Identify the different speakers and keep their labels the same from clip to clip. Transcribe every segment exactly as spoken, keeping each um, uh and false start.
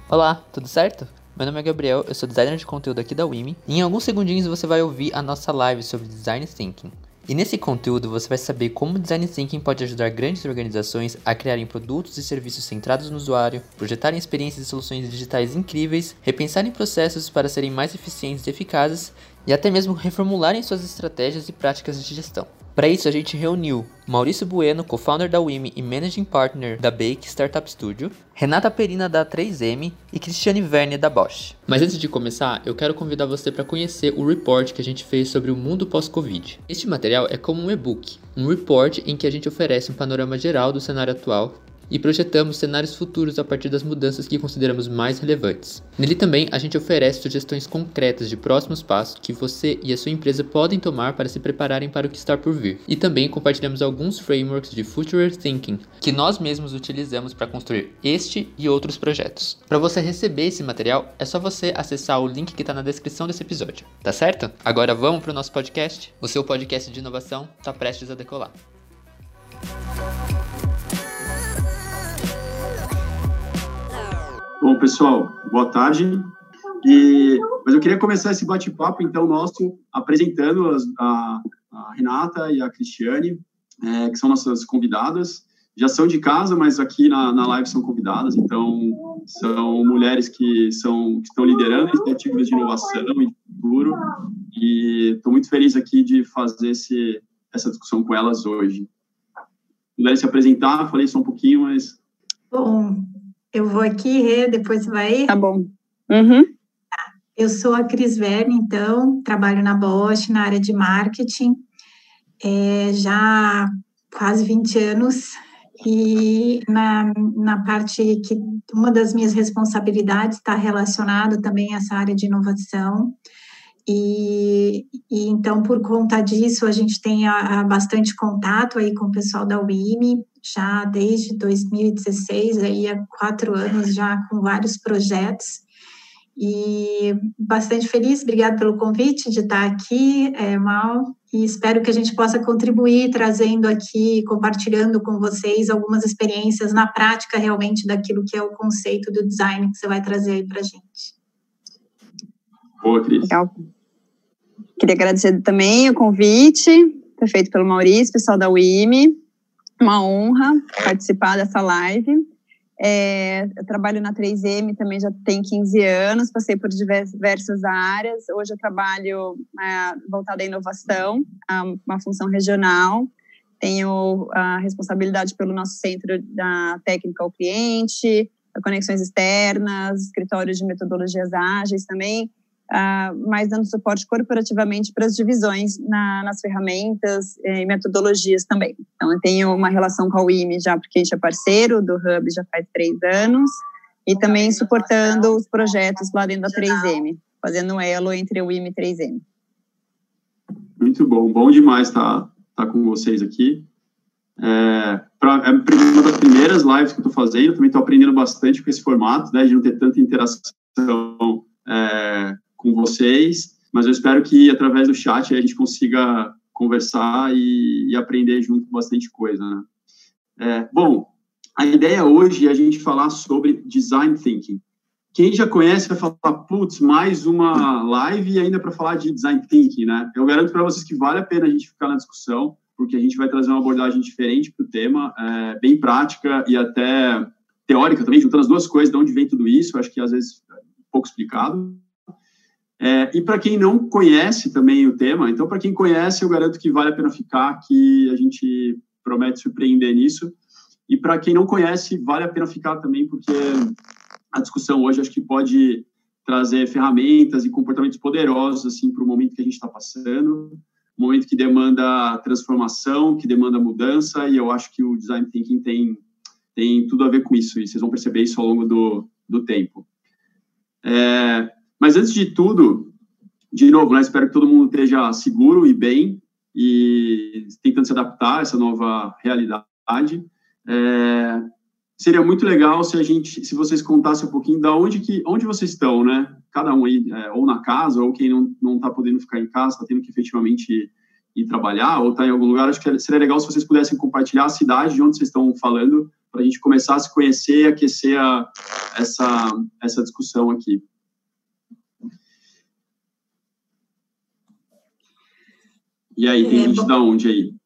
Speaker 1: Olá, tudo certo? Meu nome é Gabriel, eu sou designer de conteúdo aqui da Wimi, e em alguns segundinhos você vai ouvir a nossa live sobre Design Thinking. E nesse conteúdo você vai saber como o Design Thinking pode ajudar grandes organizações a criarem produtos e serviços centrados no usuário, projetarem experiências e soluções digitais incríveis, repensarem processos para serem mais eficientes e eficazes, e até mesmo reformularem suas estratégias e práticas de gestão. Para isso, a gente reuniu Maurício Bueno, co-founder da Wimi e Managing Partner da Bake Startup Studio, Renata Perina da três M e Cristiane Verne da Bosch. Mas antes de começar, eu quero convidar você para conhecer o report que a gente fez sobre o mundo pós-Covid. Este material é como um e-book, um report em que a gente oferece um panorama geral do cenário atual e projetamos cenários futuros a partir das mudanças que consideramos mais relevantes. Nele também a gente oferece sugestões concretas de próximos passos que você e a sua empresa podem tomar para se prepararem para o que está por vir. E também compartilhamos alguns frameworks de Future Thinking que nós mesmos utilizamos para construir este e outros projetos. Para você receber esse material, é só você acessar o link que está na descrição desse episódio, tá certo? Agora vamos para o nosso podcast? O seu podcast de inovação está prestes a decolar.
Speaker 2: Bom, pessoal, boa tarde. E, mas eu queria começar esse bate-papo, então, nosso, apresentando as, a, a Renata e a Cristiane, é, que são nossas convidadas. Já são de casa, mas aqui na, na live são convidadas, então, são mulheres que, são, que estão liderando iniciativas de inovação e de futuro, e estou muito feliz aqui de fazer esse, essa discussão com elas hoje. Puderem se apresentar, falei só um pouquinho, mas...
Speaker 3: Bom... Eu vou aqui, Rê, depois vai...
Speaker 4: Tá bom. Uhum.
Speaker 3: Eu sou a Cris Verne, então, trabalho na Bosch, na área de marketing, é, já há quase vinte anos, e na, na parte que uma das minhas responsabilidades está relacionada também a essa área de inovação, e, e então, por conta disso, a gente tem a, a bastante contato aí com o pessoal da Wimi, já desde dois mil e dezesseis, aí há quatro anos já com vários projetos, e bastante feliz, obrigada pelo convite de estar aqui, é, Mal, e espero que a gente possa contribuir, trazendo aqui, compartilhando com vocês algumas experiências na prática realmente daquilo que é o conceito do design que você vai trazer aí para a gente.
Speaker 2: Boa, Cris.
Speaker 4: Legal. Queria agradecer também o convite, foi feito pelo Maurício, pessoal da Wimi. Uma honra participar dessa live. É, eu trabalho na três M também já tem quinze anos, passei por diversas áreas. Hoje eu trabalho é, voltada à inovação, a uma função regional. Tenho a responsabilidade pelo nosso centro da técnica ao cliente, conexões externas, escritório de metodologias ágeis também. Uh, mas dando suporte corporativamente para as divisões na, nas ferramentas e metodologias também. Então, eu tenho uma relação com a Wimi já, porque a gente é parceiro do Hub já faz três anos, e também suportando os projetos lá dentro da três M, fazendo um elo entre a Wimi e três M.
Speaker 2: Muito bom, bom demais estar, estar com vocês aqui. É, pra, é uma das primeiras lives que eu estou fazendo, eu também estou aprendendo bastante com esse formato, né, de não ter tanta interação é, com vocês, mas eu espero que através do chat a gente consiga conversar e, e aprender junto bastante coisa, né? É, bom, a ideia hoje é a gente falar sobre Design Thinking. Quem já conhece vai falar, putz, mais uma live e ainda para falar de Design Thinking, né? Eu garanto para vocês que vale a pena a gente ficar na discussão, porque a gente vai trazer uma abordagem diferente para o tema, é, bem prática e até teórica também, juntando as duas coisas, de onde vem tudo isso, acho que às vezes é um pouco explicado. É, e para quem não conhece também o tema, então para quem conhece eu garanto que vale a pena ficar, que a gente promete surpreender nisso, e para quem não conhece vale a pena ficar também, porque a discussão hoje acho que pode trazer ferramentas e comportamentos poderosos assim, para o momento que a gente está passando, um momento que demanda transformação, que demanda mudança, e eu acho que o Design Thinking tem, tem tudo a ver com isso, e vocês vão perceber isso ao longo do, do tempo. É, mas antes de tudo, de novo, né, espero que todo mundo esteja seguro e bem, e tentando se adaptar a essa nova realidade. É, seria muito legal se a gente, se vocês contassem um pouquinho da onde que, onde vocês estão, né? Cada um aí, é, ou na casa, ou quem não não está podendo ficar em casa, está tendo que efetivamente ir, ir trabalhar, ou está em algum lugar. Acho que seria legal se vocês pudessem compartilhar a cidade de onde vocês estão falando, para a gente começar a se conhecer e aquecer a, essa, essa discussão aqui. E aí, tem é, gente bom. Da onde aí?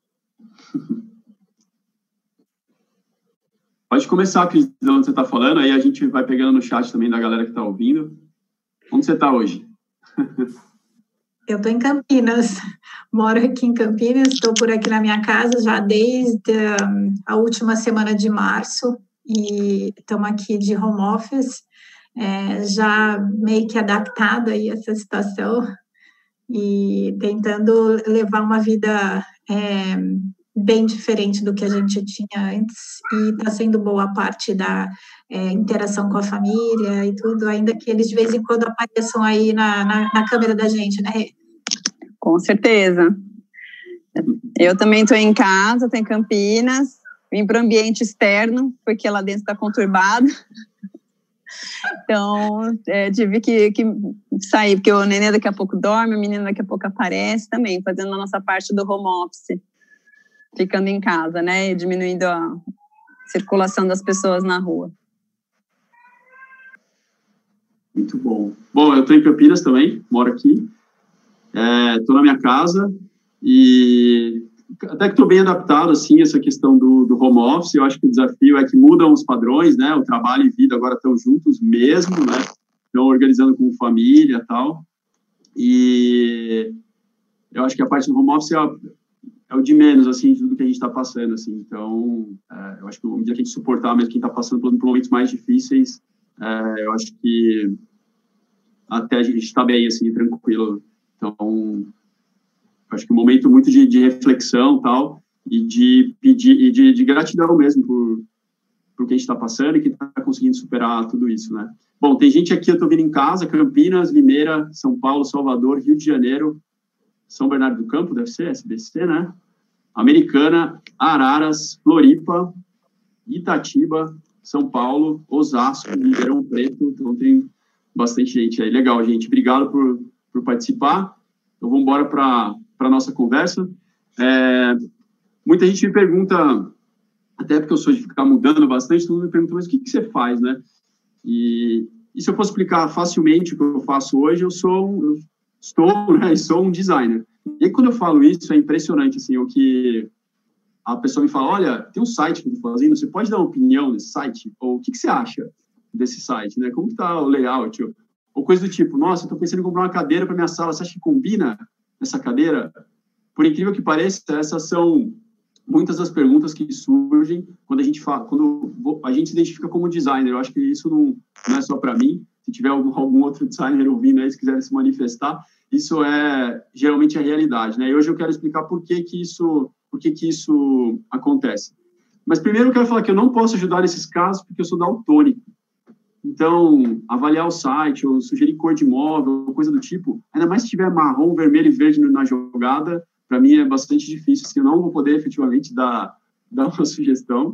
Speaker 2: Pode começar, Cris, de onde você está falando, aí a gente vai pegando no chat também da galera que está ouvindo. Onde você está hoje?
Speaker 3: Eu estou em Campinas, moro aqui em Campinas, estou por aqui na minha casa já desde um, a última semana de março e estamos aqui de home office, é, já meio que adaptada aí a essa situação e tentando levar uma vida é, bem diferente do que a gente tinha antes e está sendo boa a parte da é, interação com a família e tudo, ainda que eles de vez em quando apareçam aí na, na, na câmera da gente, né?
Speaker 4: Com certeza. Eu também estou em casa, estou em Campinas, vim para o ambiente externo, porque lá dentro está conturbado. Então, é, tive que, que sair, porque o neném daqui a pouco dorme, o menino daqui a pouco aparece também, fazendo a nossa parte do home office, ficando em casa, né, e diminuindo a circulação das pessoas na rua.
Speaker 2: Muito bom. Bom, eu estou em Campinas também, moro aqui, estou é, na minha casa e até que estou bem adaptado, assim, essa questão do, do home office. Eu acho que o desafio é que mudam os padrões, né, o trabalho e vida agora estão juntos mesmo, né, estão organizando com família e tal, e eu acho que a parte do home office é, é o de menos, assim, de tudo que a gente está passando, assim, então, é, eu acho que o dia que a gente suportar mesmo quem está passando por, por momentos mais difíceis, é, eu acho que até a gente está bem, assim, tranquilo, então... Acho que um momento muito de, de reflexão tal, e de pedir, e de, de gratidão mesmo por, por que a gente está passando e que está conseguindo superar tudo isso, né? Bom, tem gente aqui, eu estou vindo em casa, Campinas, Limeira, São Paulo, Salvador, Rio de Janeiro, São Bernardo do Campo, deve ser, S B C, né? Americana, Araras, Floripa, Itatiba, São Paulo, Osasco, Ribeirão Preto, então tem bastante gente aí. Legal, gente, obrigado por, por participar. Então, vamos embora para a nossa conversa. É, muita gente me pergunta, até porque eu sou de ficar mudando bastante, todo mundo me pergunta, mas o que, que você faz, né? E, e se eu fosse explicar facilmente o que eu faço hoje, eu sou, eu estou, né, sou um designer. E aí, quando eu falo isso, é impressionante, assim, o que a pessoa me fala, olha, tem um site que eu estou fazendo, você pode dar uma opinião nesse site? Ou o que, que você acha desse site, né? Como está o layout? Ou coisa do tipo, nossa, eu estou pensando em comprar uma cadeira para minha sala, você acha que combina essa cadeira? Por incrível que pareça, essas são muitas das perguntas que surgem quando a gente fala, quando a gente se identifica como designer. Eu acho que isso não, não é só para mim. Se tiver algum, algum outro designer ouvindo aí, se quiser se manifestar, isso é geralmente a realidade, né? E hoje eu quero explicar por que que isso, por que que isso acontece. Mas primeiro eu quero falar que eu não posso ajudar nesses casos porque eu sou daltônico. Então, avaliar o site, ou sugerir cor de móvel, coisa do tipo, ainda mais se tiver marrom, vermelho e verde na jogada, para mim é bastante difícil, assim, eu não vou poder efetivamente dar, dar uma sugestão.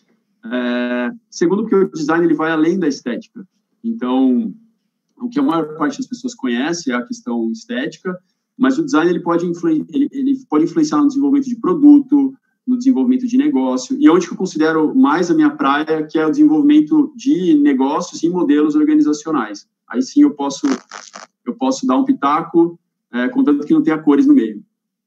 Speaker 2: É, segundo, porque o design ele vai além da estética. Então, o que a maior parte das pessoas conhece é a questão estética, mas o design ele pode, influ, ele, ele pode influenciar no desenvolvimento de produto, no desenvolvimento de negócio, e onde que eu considero mais a minha praia, que é o desenvolvimento de negócios e modelos organizacionais. Aí sim eu posso, eu posso dar um pitaco, é, contanto que não tenha cores no meio.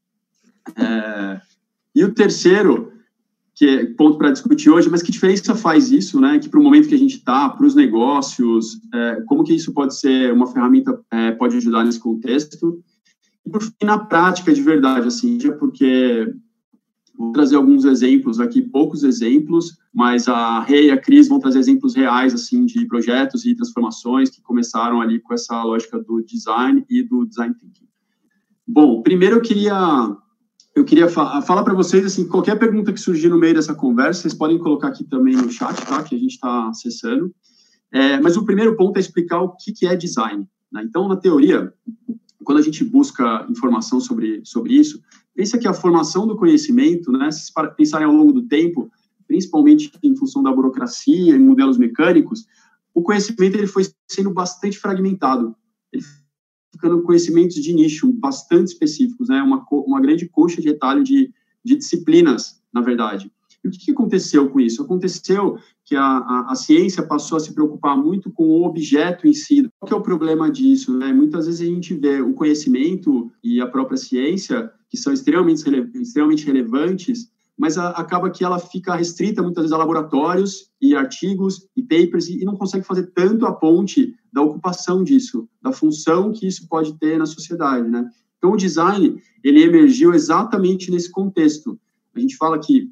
Speaker 2: É, e o terceiro, que é ponto para discutir hoje, mas que diferença faz isso, né, que para o momento que a gente está, para os negócios, é, como que isso pode ser uma ferramenta, é, pode ajudar nesse contexto, e por fim, na prática, de verdade, assim, porque... Vou trazer alguns exemplos aqui, poucos exemplos, mas a Rê e a Cris vão trazer exemplos reais, assim, de projetos e transformações que começaram ali com essa lógica do design e do design thinking. Bom, primeiro eu queria, eu queria fa falar para vocês, assim, qualquer pergunta que surgir no meio dessa conversa, vocês podem colocar aqui também no chat, tá, que a gente está acessando. É, mas o primeiro ponto é explicar o que, que é design, né? Então, na teoria, quando a gente busca informação sobre, sobre isso, pensa que a formação do conhecimento, né, se pensarem ao longo do tempo, principalmente em função da burocracia e modelos mecânicos, o conhecimento ele foi sendo bastante fragmentado. Ele foi ficando conhecimentos de nicho bastante específicos, né, uma, uma grande coxa de retalho de, de disciplinas, na verdade. E o que, que aconteceu com isso? Aconteceu que a, a, a ciência passou a se preocupar muito com o objeto em si. Qual que é o problema disso? Né? Muitas vezes a gente vê o conhecimento e a própria ciência, que são extremamente, rele, extremamente relevantes, mas a, acaba que ela fica restrita muitas vezes a laboratórios e artigos e papers e, e não consegue fazer tanto a ponte da ocupação disso, da função que isso pode ter na sociedade, né? Então, o design, ele emergiu exatamente nesse contexto. A gente fala que,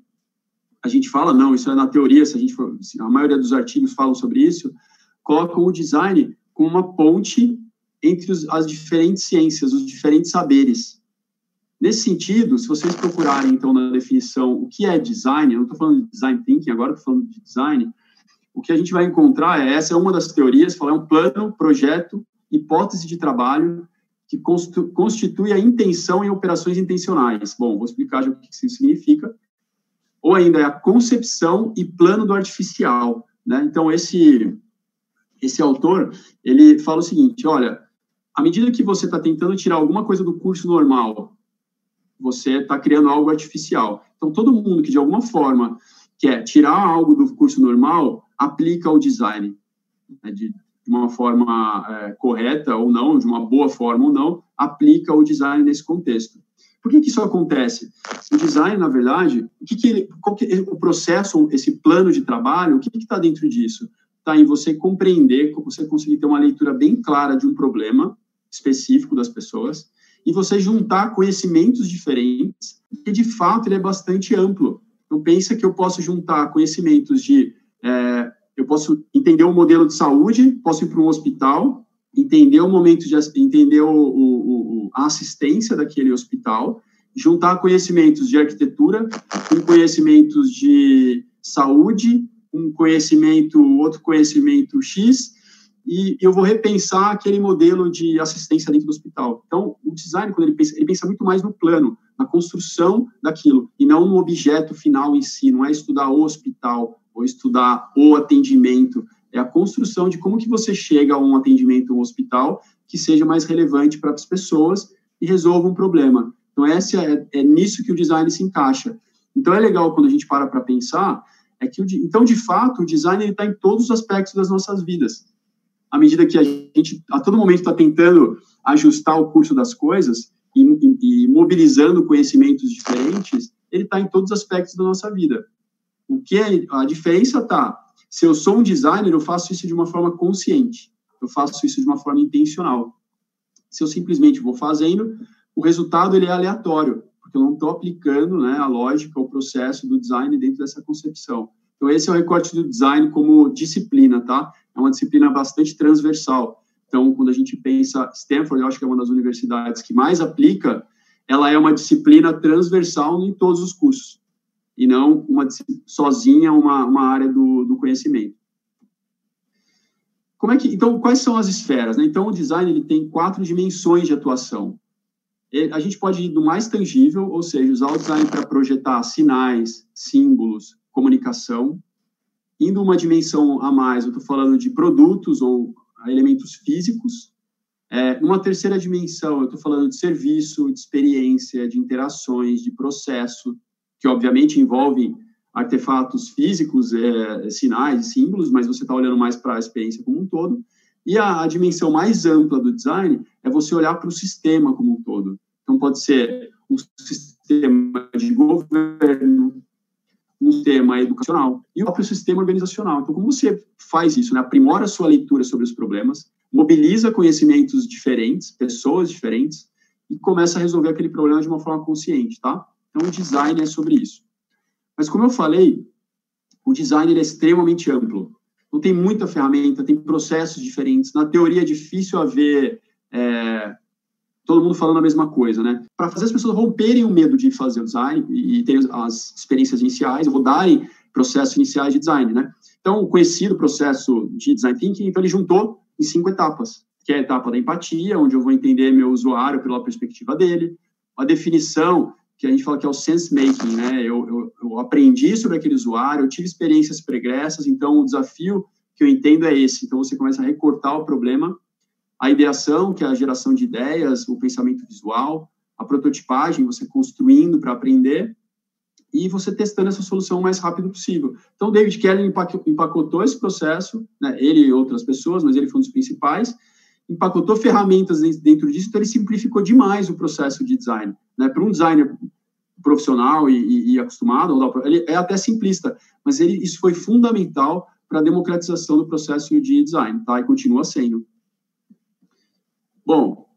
Speaker 2: a gente fala, não, isso é na teoria, se a gente for, se a maioria dos artigos falam sobre isso, colocam o design como uma ponte entre os, as diferentes ciências, os diferentes saberes. Nesse sentido, se vocês procurarem, então, na definição, o que é design, eu não estou falando de design thinking, agora estou falando de design, o que a gente vai encontrar é, essa é uma das teorias, fala, é um plano, projeto, hipótese de trabalho, que constitui a intenção em operações intencionais. Bom, vou explicar já o que isso significa. Ou ainda é a concepção e plano do artificial, né? Então, esse, esse autor, ele fala o seguinte, olha, à medida que você está tentando tirar alguma coisa do curso normal, você está criando algo artificial. Então, todo mundo que, de alguma forma, quer tirar algo do curso normal, aplica o design, né, de, de uma forma é, correta ou não, de uma boa forma ou não, aplica o design nesse contexto. Por que que isso acontece? O design, na verdade, o que que ele, qual que é o processo, esse plano de trabalho, o que que está dentro disso? Está em você compreender, você conseguir ter uma leitura bem clara de um problema específico das pessoas, e você juntar conhecimentos diferentes, que de fato ele é bastante amplo. Então, pensa que eu posso juntar conhecimentos de, é, eu posso entender o modelo de saúde, posso ir para um hospital, entender o momento de, entender o, o, o, a assistência daquele hospital, juntar conhecimentos de arquitetura, com conhecimentos de saúde, um conhecimento, outro conhecimento X, e eu vou repensar aquele modelo de assistência dentro do hospital. Então, o design, quando ele pensa, ele pensa muito mais no plano, na construção daquilo, e não no objeto final em si, não é estudar o hospital, ou estudar o atendimento, é a construção de como que você chega a um atendimento, um hospital, que seja mais relevante para as pessoas e resolva um problema. Então, esse é, é nisso que o design se encaixa. Então, é legal quando a gente para para pensar, é que, o, então, de fato, o design está em todos os aspectos das nossas vidas. À medida que a gente, a todo momento, está tentando ajustar o curso das coisas e, e, e mobilizando conhecimentos diferentes, ele está em todos os aspectos da nossa vida. O que é, a diferença está, se eu sou um designer, eu faço isso de uma forma consciente, eu faço isso de uma forma intencional. Se eu simplesmente vou fazendo, o resultado ele é aleatório, porque eu não estou aplicando, né, a lógica, o processo do design dentro dessa concepção. Então, esse é o recorte do design como disciplina, tá? É uma disciplina bastante transversal. Então, quando a gente pensa, Stanford, eu acho que é uma das universidades que mais aplica, ela é uma disciplina transversal em todos os cursos, e não uma sozinha uma, uma área do, do conhecimento. Como é que, então, quais são as esferas, né? Então, o design ele tem quatro dimensões de atuação. Ele, a gente pode ir do mais tangível, ou seja, usar o design para projetar sinais, símbolos, comunicação, indo uma dimensão a mais, eu estou falando de produtos ou elementos físicos. É, numa terceira dimensão, eu estou falando de serviço, de experiência, de interações, de processo, que obviamente envolvem artefatos físicos, é, sinais, símbolos, mas você está olhando mais para a experiência como um todo. E a, a dimensão mais ampla do design é você olhar para o sistema como um todo. Então, pode ser um sistema de governo, um sistema educacional e o próprio sistema organizacional. Então, como você faz isso, né? Aprimora a sua leitura sobre os problemas, mobiliza conhecimentos diferentes, pessoas diferentes, e começa a resolver aquele problema de uma forma consciente, tá? Então, o design é sobre isso. Mas, como eu falei, o design ele é extremamente amplo. Então, tem muita ferramenta, tem processos diferentes. Na teoria, é difícil haver é, todo mundo falando a mesma coisa, né? Para fazer as pessoas romperem o medo de fazer o design e ter as experiências iniciais, ou darem processos iniciais de design, né? Então, o conhecido processo de design thinking, então ele juntou em cinco etapas, que é a etapa da empatia, onde eu vou entender meu usuário pela perspectiva dele, a definição, que a gente fala que é o sense making, né? Eu, eu, eu aprendi sobre aquele usuário, eu tive experiências pregressas, então o desafio que eu entendo é esse. Então, você começa a recortar o problema. A ideação, que é a geração de ideias, o pensamento visual, a prototipagem, você construindo para aprender, e você testando essa solução o mais rápido possível. Então, David Kelly empacotou esse processo, né, ele e outras pessoas, mas ele foi um dos principais, empacotou ferramentas dentro disso, então ele simplificou demais o processo de design. Né? Para um designer profissional e, e, e acostumado, ele é até simplista, mas ele, isso foi fundamental para a democratização do processo de design, tá? E continua sendo. Bom,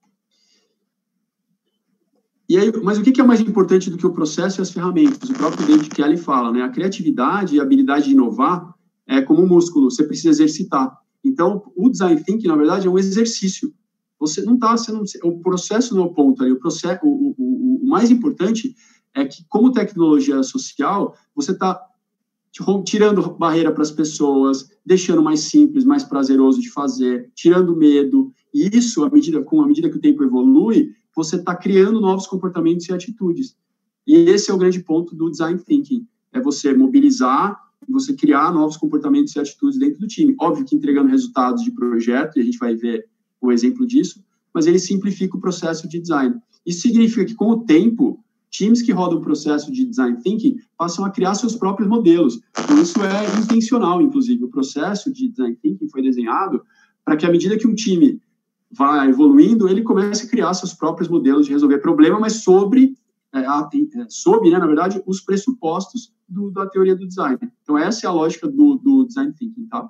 Speaker 2: e aí, mas o que é mais importante do que o processo e as ferramentas? O próprio David Kelly fala, né? A criatividade e a habilidade de inovar é como um músculo, você precisa exercitar. Então, o design thinking, na verdade, é um exercício. Você não está sendo... O processo não é o ponto ali. O, processo, o, o, o mais importante é que, como tecnologia social, você está tirando barreira para as pessoas, deixando mais simples, mais prazeroso de fazer, tirando medo. E isso, à medida, com a medida que o tempo evolui, você está criando novos comportamentos e atitudes. E esse é o grande ponto do design thinking. É você mobilizar, você criar novos comportamentos e atitudes dentro do time. Óbvio que entregando resultados de projeto, e a gente vai ver o exemplo disso, mas ele simplifica o processo de design. Isso significa que, com o tempo, times que rodam o processo de design thinking passam a criar seus próprios modelos. Então, isso é intencional, inclusive. O processo de design thinking foi desenhado para que, à medida que um time vai evoluindo, ele comece a criar seus próprios modelos de resolver problema, mas sobre, é, a, é, sobre né, na verdade, os pressupostos do, da teoria do design. Então, essa é a lógica do, do design thinking, tá?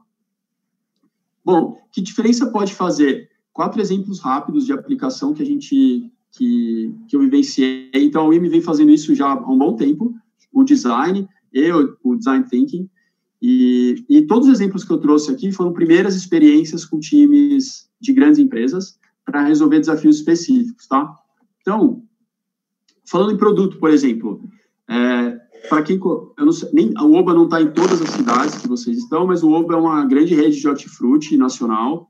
Speaker 2: Bom, que diferença pode fazer? Quatro exemplos rápidos de aplicação que a gente... Que, que eu vivenciei. Então, a U I M vem fazendo isso já há um bom tempo, o design e o, o design thinking, e, e todos os exemplos que eu trouxe aqui foram primeiras experiências com times de grandes empresas para resolver desafios específicos, tá? Então, falando em produto, por exemplo, é, para quem, eu não sei, nem, o Oba não está em todas as cidades que vocês estão, mas o Oba é uma grande rede de hortifruti nacional,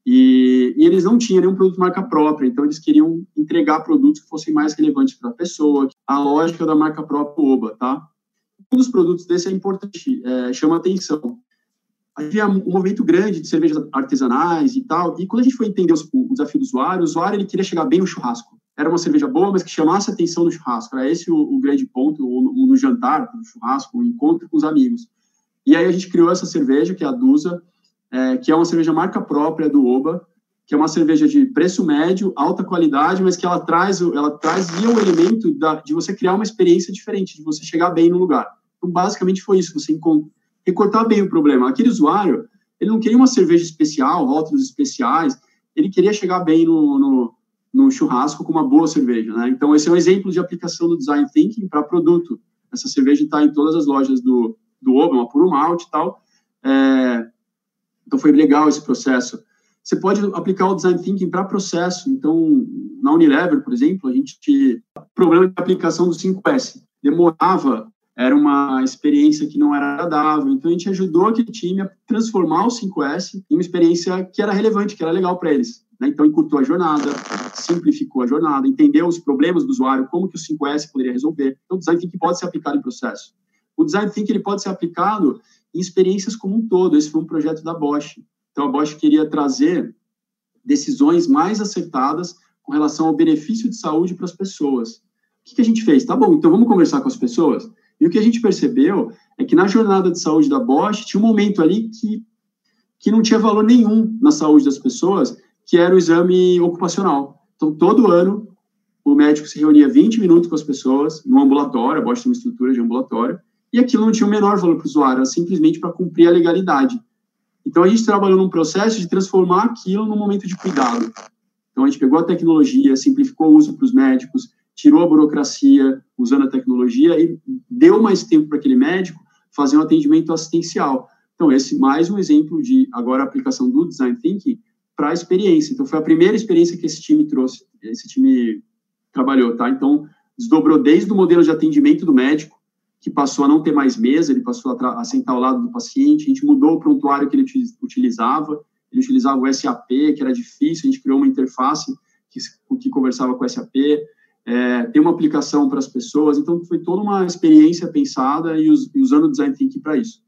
Speaker 2: E, e eles não tinham nenhum produto marca própria, então eles queriam entregar produtos que fossem mais relevantes para a pessoa, a lógica da marca própria Oba, tá? Um dos produtos desse é importante, é, chama atenção. Havia um movimento grande de cervejas artesanais e tal, e quando a gente foi entender os, o desafio do usuário, o usuário ele queria chegar bem no churrasco. Era uma cerveja boa, mas que chamasse atenção no churrasco. Era esse o, o grande ponto, ou no, no jantar, no churrasco, o encontro com os amigos. E aí a gente criou essa cerveja, que é a Dusa, É, que é uma cerveja marca própria do Oba, que é uma cerveja de preço médio, alta qualidade, mas que ela traz, ela trazia o elemento da, de você criar uma experiência diferente, de você chegar bem no lugar. Então, basicamente foi isso, você recortar bem o problema. Aquele usuário, ele não queria uma cerveja especial, rótulos especiais, ele queria chegar bem no, no, no churrasco com uma boa cerveja, né? Então, esse é um exemplo de aplicação do Design Thinking para produto. Essa cerveja está em todas as lojas do, do Oba, uma puro malte e tal, é... Então, foi legal esse processo. Você pode aplicar o Design Thinking para processo. Então, na Unilever, por exemplo, a gente tinha problema de aplicação do cinco S. Demorava, era uma experiência que não era agradável. Então, a gente ajudou aquele time a transformar o cinco S em uma experiência que era relevante, que era legal para eles. Né? Então, encurtou a jornada, simplificou a jornada, entendeu os problemas do usuário, como que o cinco S poderia resolver. Então, o Design Thinking pode ser aplicado em processo. O Design Thinking ele pode ser aplicado em experiências como um todo. Esse foi um projeto da Bosch. Então, a Bosch queria trazer decisões mais acertadas com relação ao benefício de saúde para as pessoas. O que, que a gente fez? Tá bom, então vamos conversar com as pessoas? E o que a gente percebeu é que na jornada de saúde da Bosch tinha um momento ali que, que não tinha valor nenhum na saúde das pessoas, que era o exame ocupacional. Então, todo ano, o médico se reunia vinte minutos com as pessoas no ambulatório, a Bosch tem uma estrutura de ambulatório, e aquilo não tinha o menor valor para o usuário, era simplesmente para cumprir a legalidade. Então, a gente trabalhou num processo de transformar aquilo num momento de cuidado. Então, a gente pegou a tecnologia, simplificou o uso para os médicos, tirou a burocracia usando a tecnologia e deu mais tempo para aquele médico fazer um atendimento assistencial. Então, esse mais um exemplo de, agora, a aplicação do Design Thinking para a experiência. Então, foi a primeira experiência que esse time trouxe, esse time trabalhou, tá? Então, desdobrou desde o modelo de atendimento do médico, que passou a não ter mais mesa, ele passou a, a sentar ao lado do paciente, a gente mudou o prontuário que ele utilizava, ele utilizava o S A P, que era difícil, a gente criou uma interface que, que conversava com o S A P, é, tem uma aplicação para as pessoas, então foi toda uma experiência pensada e, us, e usando o Design Thinking para isso.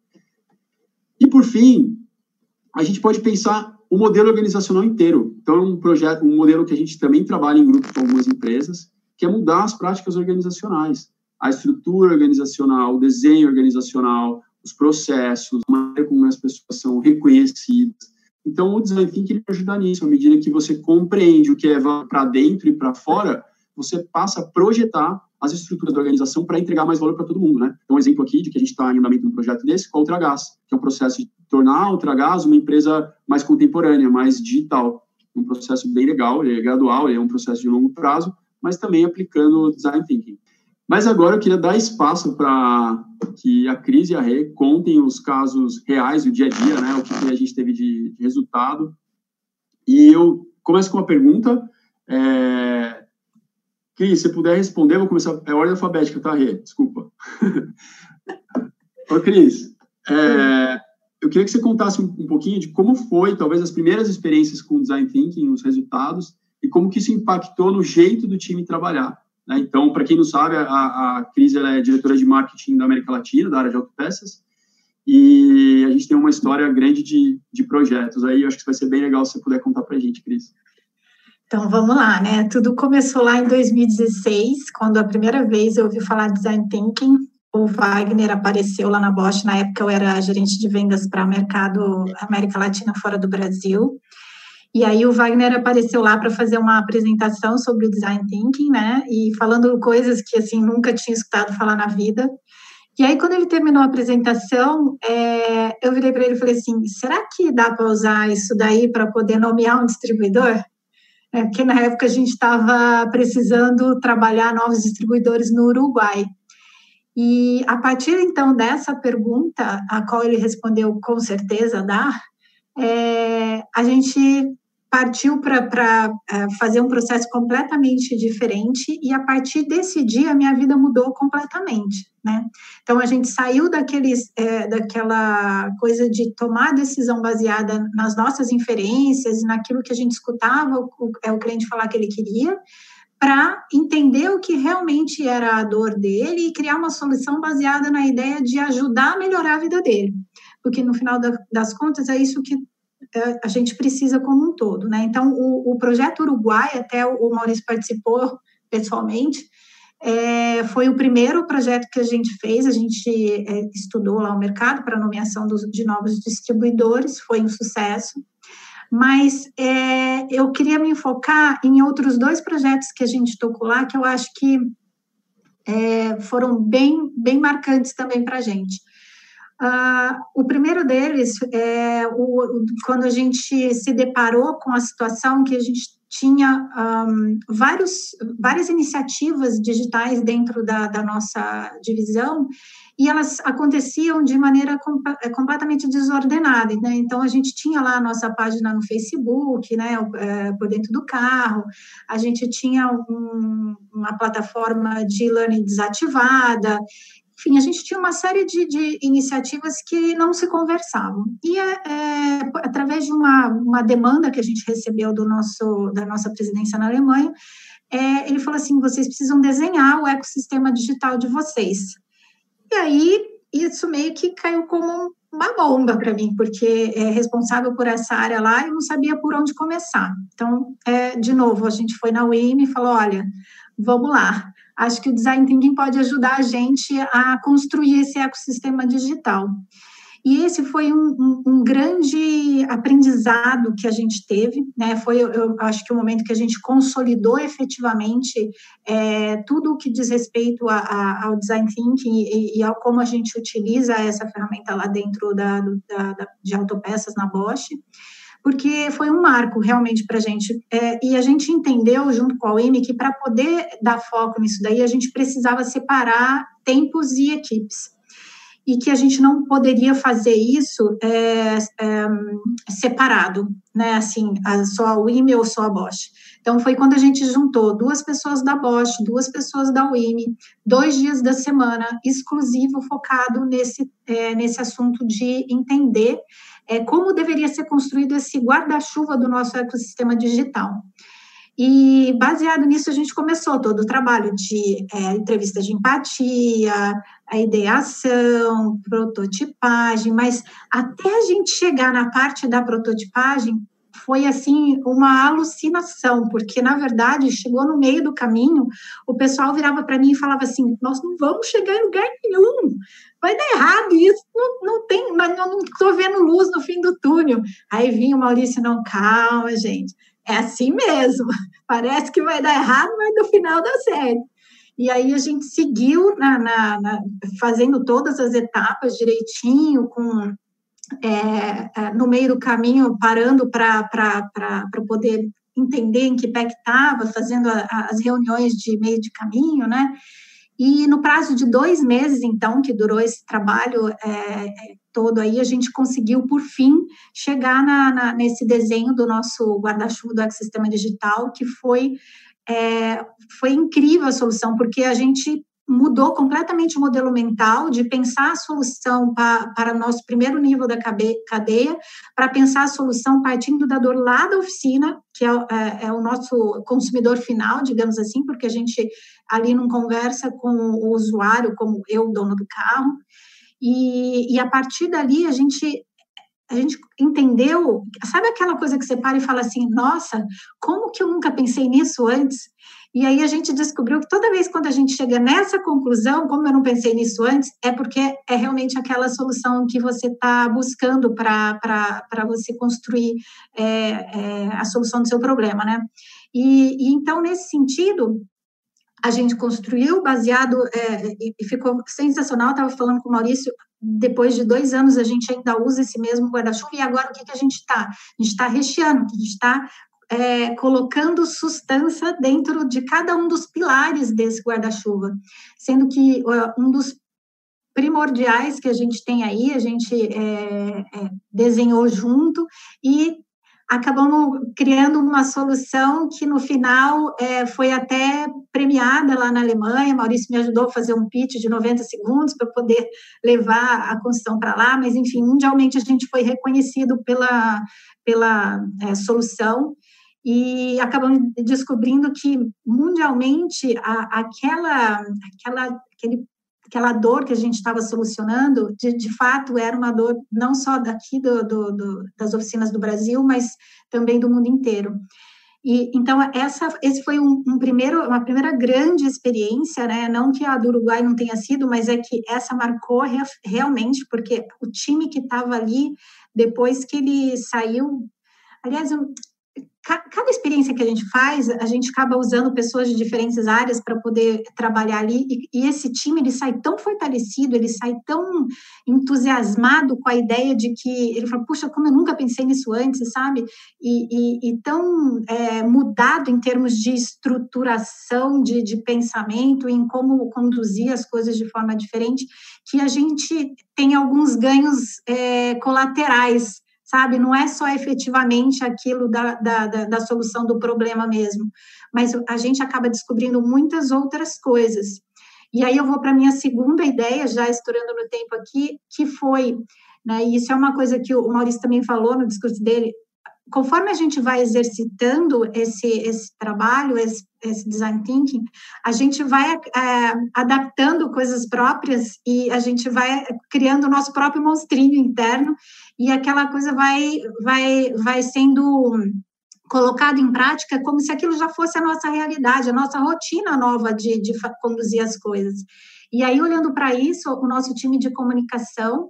Speaker 2: E, por fim, a gente pode pensar o modelo organizacional inteiro. Então, é um projeto, um modelo que a gente também trabalha em grupo com algumas empresas, que é mudar as práticas organizacionais. a estrutura organizacional, o desenho organizacional, os processos, a maneira como as pessoas são reconhecidas. Então, o Design Thinking ele ajuda nisso. À medida que você compreende o que é para dentro e para fora, você passa a projetar as estruturas da organização para entregar mais valor para todo mundo, né? Então, um exemplo aqui de que a gente está em andamento num projeto desse, com a Ultragaz, que é um processo de tornar a Ultragaz uma empresa mais contemporânea, mais digital. Um processo bem legal, ele é gradual, ele é um processo de longo prazo, mas também aplicando o Design Thinking. Mas agora eu queria dar espaço para que a Cris e a Rê contem os casos reais do dia a dia, né? O que a gente teve de, de resultado. E eu começo com uma pergunta. É... Cris, se você puder responder, eu vou começar... É ordem alfabética, tá, Rê? Desculpa. Ô, Cris, é... eu queria que você contasse um, um pouquinho de como foi, talvez, as primeiras experiências com o Design Thinking, os resultados, e como que isso impactou no jeito do time trabalhar. Né? Então, para quem não sabe, a, a Cris ela é diretora de marketing da América Latina, da área de autopeças, e a gente tem uma história grande de, de projetos. Aí eu acho que vai ser bem legal se você puder contar para a gente, Cris.
Speaker 3: Então, vamos lá, né? Tudo começou lá em dois mil e dezesseis, quando a primeira vez eu ouvi falar de Design Thinking. O Wagner apareceu lá na Bosch. Na época, eu era gerente de vendas para o mercado América Latina fora do Brasil. E aí o Wagner apareceu lá para fazer uma apresentação sobre o Design Thinking, né? E falando coisas que, assim, nunca tinha escutado falar na vida. E aí, quando ele terminou a apresentação, é, eu virei para ele e falei assim, será que dá para usar isso daí para poder nomear um distribuidor? É, porque na época a gente estava precisando trabalhar novos distribuidores no Uruguai. E a partir, então, dessa pergunta, a qual ele respondeu com certeza dá, é, a gente partiu para fazer um processo completamente diferente e, a partir desse dia, a minha vida mudou completamente, né? Então, a gente saiu daqueles, é, daquela coisa de tomar decisão baseada nas nossas inferências, naquilo que a gente escutava o, o, o cliente falar que ele queria, para entender o que realmente era a dor dele e criar uma solução baseada na ideia de ajudar a melhorar a vida dele. Porque, no final das contas, é isso que a gente precisa como um todo, né? Então, o, o projeto Uruguai, até o Maurício participou pessoalmente, é, foi o primeiro projeto que a gente fez. A gente é, estudou lá o mercado para nomeação dos, de novos distribuidores, foi um sucesso. Mas é, eu queria me focar em outros dois projetos que a gente tocou lá, que eu acho que é, foram bem, bem marcantes também para a gente. Uh, o primeiro deles é o, quando a gente se deparou com a situação que a gente tinha um, vários, várias iniciativas digitais dentro da, da nossa divisão, e elas aconteciam de maneira com, completamente desordenada, né? Então, a gente tinha lá a nossa página no Facebook, né, por dentro do carro, a gente tinha um, uma plataforma de e-learning desativada. Enfim, a gente tinha uma série de, de iniciativas que não se conversavam. E, é, é, através de uma, uma demanda que a gente recebeu do nosso, da nossa presidência na Alemanha, é, ele falou assim, vocês precisam desenhar o ecossistema digital de vocês. E aí, isso meio que caiu como uma bomba para mim, porque é responsável por essa área lá e não sabia por onde começar. Então, é, de novo, a gente foi na U I M e falou, olha, vamos lá. Acho que o Design Thinking pode ajudar a gente a construir esse ecossistema digital. E esse foi um, um, um grande aprendizado que a gente teve, né? Foi, eu acho que o momento que a gente consolidou efetivamente é, tudo o que diz respeito a, a, ao Design Thinking e, e ao como a gente utiliza essa ferramenta lá dentro da, da, da, de autopeças na Bosch, porque foi um marco realmente para a gente. É, e a gente entendeu, junto com a U I M, que para poder dar foco nisso daí, a gente precisava separar tempos e equipes. E que a gente não poderia fazer isso é, é, separado, né? Assim, só a U I M ou só a Bosch. Então, foi quando a gente juntou duas pessoas da Bosch, duas pessoas da U I M, dois dias da semana, exclusivo, focado nesse, é, nesse assunto de entender é, como deveria ser construído esse guarda-chuva do nosso ecossistema digital. E, baseado nisso, a gente começou todo o trabalho de é, entrevista de empatia, a ideação, prototipagem, mas até a gente chegar na parte da prototipagem, foi, assim, uma alucinação, porque, na verdade, chegou no meio do caminho, o pessoal virava para mim e falava assim, nós não vamos chegar em lugar nenhum, vai dar errado isso, não, não tem, mas eu não estou vendo luz no fim do túnel. Aí vinha o Maurício, não, calma, gente, é assim mesmo, parece que vai dar errado, mas no final dá certo. E aí a gente seguiu na, na, na, fazendo todas as etapas direitinho, com... É, no meio do caminho, parando para poder entender em que pé que estava, fazendo a, as reuniões de meio de caminho, né? E no prazo de dois meses, então, que durou esse trabalho é, todo aí, a gente conseguiu, por fim, chegar na, na, nesse desenho do nosso guarda-chuva do ecossistema digital, que foi, é, foi incrível a solução, porque a gente mudou completamente o modelo mental de pensar a solução para, para nosso primeiro nível da cadeia, para pensar a solução partindo da dor lá da oficina, que é, é, é o nosso consumidor final, digamos assim, porque a gente ali não conversa com o usuário, como eu, dono do carro, e, e a partir dali a gente... a gente entendeu, sabe aquela coisa que você para e fala assim, nossa, como que eu nunca pensei nisso antes? E aí a gente descobriu que toda vez quando a gente chega nessa conclusão, como eu não pensei nisso antes, é porque é realmente aquela solução que você está buscando para você construir é, é, a solução do seu problema, né? E, e então, nesse sentido, a gente construiu baseado, é, e ficou sensacional, estava falando com o Maurício, depois de dois anos a gente ainda usa esse mesmo guarda-chuva, e agora o que, que a gente está? A gente está recheando, a gente está é, colocando substância dentro de cada um dos pilares desse guarda-chuva, sendo que uh, um dos primordiais que a gente tem aí, a gente é, é, desenhou junto e acabamos criando uma solução que, no final, é, foi até premiada lá na Alemanha. Maurício me ajudou a fazer um pitch de noventa segundos para poder levar a construção para lá, mas, enfim, mundialmente a gente foi reconhecido pela, pela é, solução e acabamos descobrindo que, mundialmente, a, aquela, aquela, aquele aquela dor que a gente estava solucionando, de, de fato, era uma dor não só daqui do, do, do, das oficinas do Brasil, mas também do mundo inteiro. E, então, essa, esse foi um, um primeiro, uma primeira grande experiência, né? Não que a do Uruguai não tenha sido, mas é que essa marcou re, realmente, porque o time que estava ali, depois que ele saiu... Aliás, eu, cada experiência que a gente faz, a gente acaba usando pessoas de diferentes áreas para poder trabalhar ali, e, e esse time, ele sai tão fortalecido, ele sai tão entusiasmado com a ideia de que, ele fala, puxa, como eu nunca pensei nisso antes, sabe? E, e, e tão é, mudado em termos de estruturação, de, de pensamento, em como conduzir as coisas de forma diferente, que a gente tem alguns ganhos é, colaterais, sabe? Não é só efetivamente aquilo da, da, da, da solução do problema mesmo, mas a gente acaba descobrindo muitas outras coisas. E aí eu vou para a minha segunda ideia, já estourando no tempo aqui, que foi, né, e isso é uma coisa que o Maurício também falou no discurso dele, conforme a gente vai exercitando esse, esse trabalho, esse, esse design thinking, a gente vai é, adaptando coisas próprias e a gente vai criando o nosso próprio monstrinho interno e aquela coisa vai, vai, vai sendo colocada em prática como se aquilo já fosse a nossa realidade, a nossa rotina nova de, de conduzir as coisas. E aí, olhando para isso, o nosso time de comunicação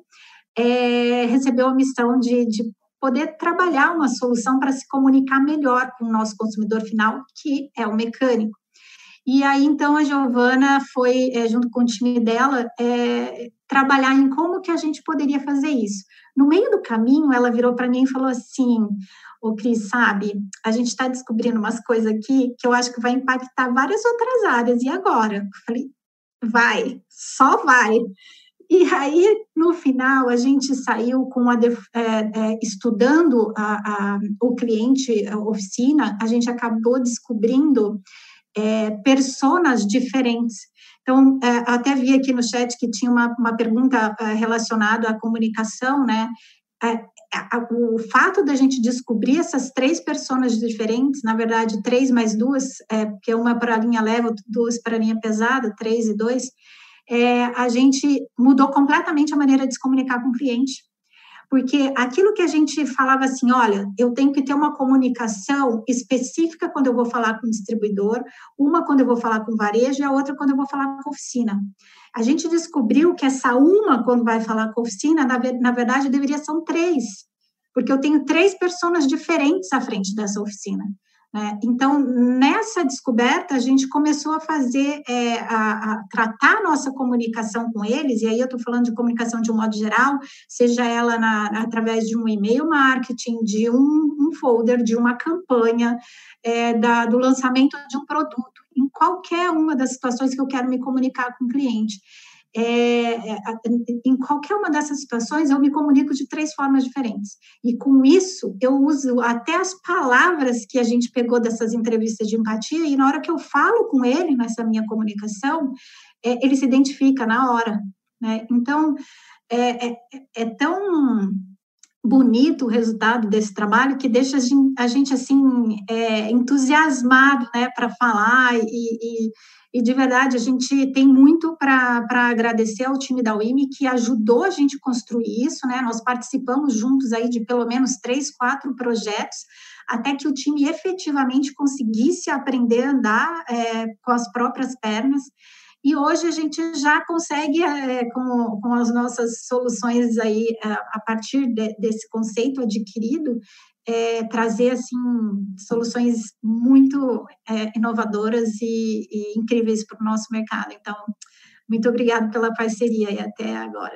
Speaker 3: é, recebeu a missão de, de poder trabalhar uma solução para se comunicar melhor com o nosso consumidor final, que é o mecânico. E aí, então, a Giovana foi, é, junto com o time dela, é, trabalhar em como que a gente poderia fazer isso. No meio do caminho, ela virou para mim e falou assim, ô Cris, sabe, a gente está descobrindo umas coisas aqui que eu acho que vai impactar várias outras áreas, e agora? Eu falei, vai, só vai. E aí, no final, a gente saiu com a, é, é, estudando a, a, o cliente, a oficina, a gente acabou descobrindo é, personas diferentes. Então, é, até vi aqui no chat que tinha uma, uma pergunta é, relacionada à comunicação, né? É, a, o fato da gente descobrir essas três personas diferentes, na verdade, três mais duas, é, porque uma para a linha leve, duas para a linha pesada, três e dois, É, a gente mudou completamente a maneira de se comunicar com o cliente, porque aquilo que a gente falava assim, olha, eu tenho que ter uma comunicação específica quando eu vou falar com o distribuidor, uma quando eu vou falar com o varejo e a outra quando eu vou falar com a oficina. A gente descobriu que essa uma, quando vai falar com a oficina, na, na verdade, deveria ser três, porque eu tenho três pessoas diferentes à frente dessa oficina. Né? Então, nessa descoberta, a gente começou a fazer, é, a, a tratar a nossa comunicação com eles, e aí eu estou falando de comunicação de um modo geral, seja ela na, através de um e-mail marketing, de um, um folder, de uma campanha, é, da, do lançamento de um produto, em qualquer uma das situações que eu quero me comunicar com o cliente. É, em qualquer uma dessas situações, eu me comunico de três formas diferentes. E com isso, eu uso até as palavras que a gente pegou dessas entrevistas de empatia, e na hora que eu falo com ele, nessa minha comunicação, é, ele se identifica na hora. Né? Então, é, é, é tão bonito o resultado desse trabalho que deixa a gente, assim, é, entusiasmado, né, para falar e, e E, de verdade, a gente tem muito para agradecer ao time da U I M, que ajudou a gente a construir isso, né? Nós participamos juntos aí de pelo menos três, quatro projetos, até que o time efetivamente conseguisse aprender a andar é, com as próprias pernas. E hoje a gente já consegue, é, com, com as nossas soluções aí, a, a partir de, desse conceito adquirido, É, trazer, assim, soluções muito é, inovadoras e, e incríveis para o nosso mercado. Então, muito obrigada pela parceria e até agora.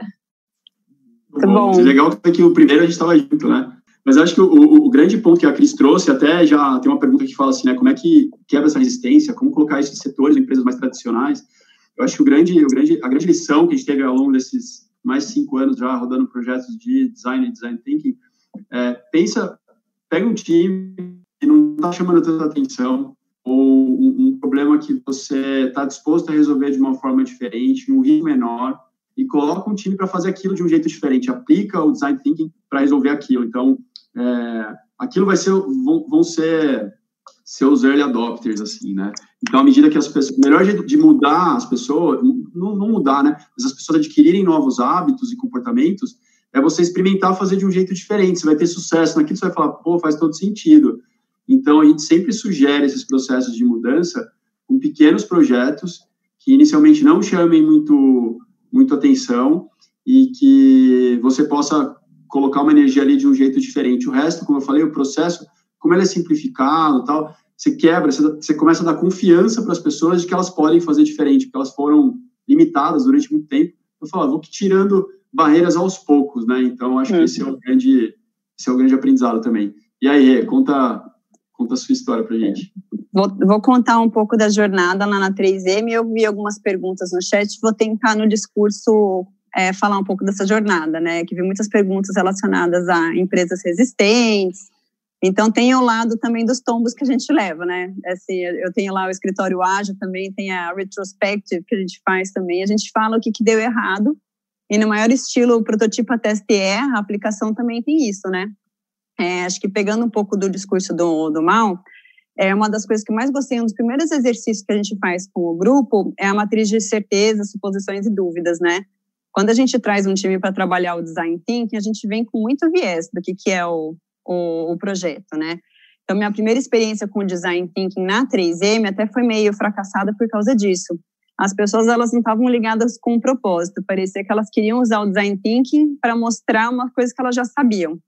Speaker 2: Muito bom. O legal é que o primeiro a gente estava junto, né? Mas acho que o, o, o grande ponto que a Cris trouxe, até já tem uma pergunta que fala assim, né? Como é que quebra essa resistência? Como colocar isso em setores, em empresas mais tradicionais? Eu acho que o grande, o grande, a grande lição que a gente teve ao longo desses mais de cinco anos já rodando projetos de design e design thinking, é, pensa... Pega um time que não está chamando tanta atenção, ou um, um problema que você está disposto a resolver de uma forma diferente, um risco menor, e coloca um time para fazer aquilo de um jeito diferente, aplica o design thinking para resolver aquilo. Então, é, aquilo vai ser, vão, vão ser seus early adopters, assim, né? Então, à medida que as pessoas, o melhor jeito de mudar as pessoas, não, não mudar, né? Mas as pessoas adquirirem novos hábitos e comportamentos, é você experimentar fazer de um jeito diferente, você vai ter sucesso naquilo, você vai falar, pô, faz todo sentido. Então, a gente sempre sugere esses processos de mudança com pequenos projetos que inicialmente não chamem muito, muito atenção e que você possa colocar uma energia ali de um jeito diferente. O resto, como eu falei, o processo, como ele é simplificado e tal, você quebra, você, você começa a dar confiança para as pessoas de que elas podem fazer diferente, porque elas foram limitadas durante muito tempo. Eu falo, vou tirando barreiras aos poucos, né? Então, acho que esse é o grande, esse é o grande aprendizado também. E aí, conta, conta a sua história pra gente.
Speaker 4: Vou, vou contar um pouco da jornada lá na três M, eu vi algumas perguntas no chat, vou tentar no discurso é, falar um pouco dessa jornada, né? Que vi muitas perguntas relacionadas a empresas resistentes, então tem o lado também dos tombos que a gente leva, né? Assim, eu tenho lá o escritório ágil também, tem a retrospective que a gente faz também, a gente fala o que, que deu errado, e no maior estilo, o prototipo a teste e erra, a aplicação também tem isso, né? É, acho que pegando um pouco do discurso do, do Mal, é uma das coisas que eu mais gostei, um dos primeiros exercícios que a gente faz com o grupo é a matriz de certezas, suposições e dúvidas, né? Quando a gente traz um time para trabalhar o design thinking, a gente vem com muito viés do que, que é o, o, o projeto, né? Então, minha primeira experiência com o design thinking na três M até foi meio fracassada por causa disso. As pessoas, elas não estavam ligadas com um propósito, parecia que elas queriam usar o design thinking para mostrar uma coisa que elas já sabiam.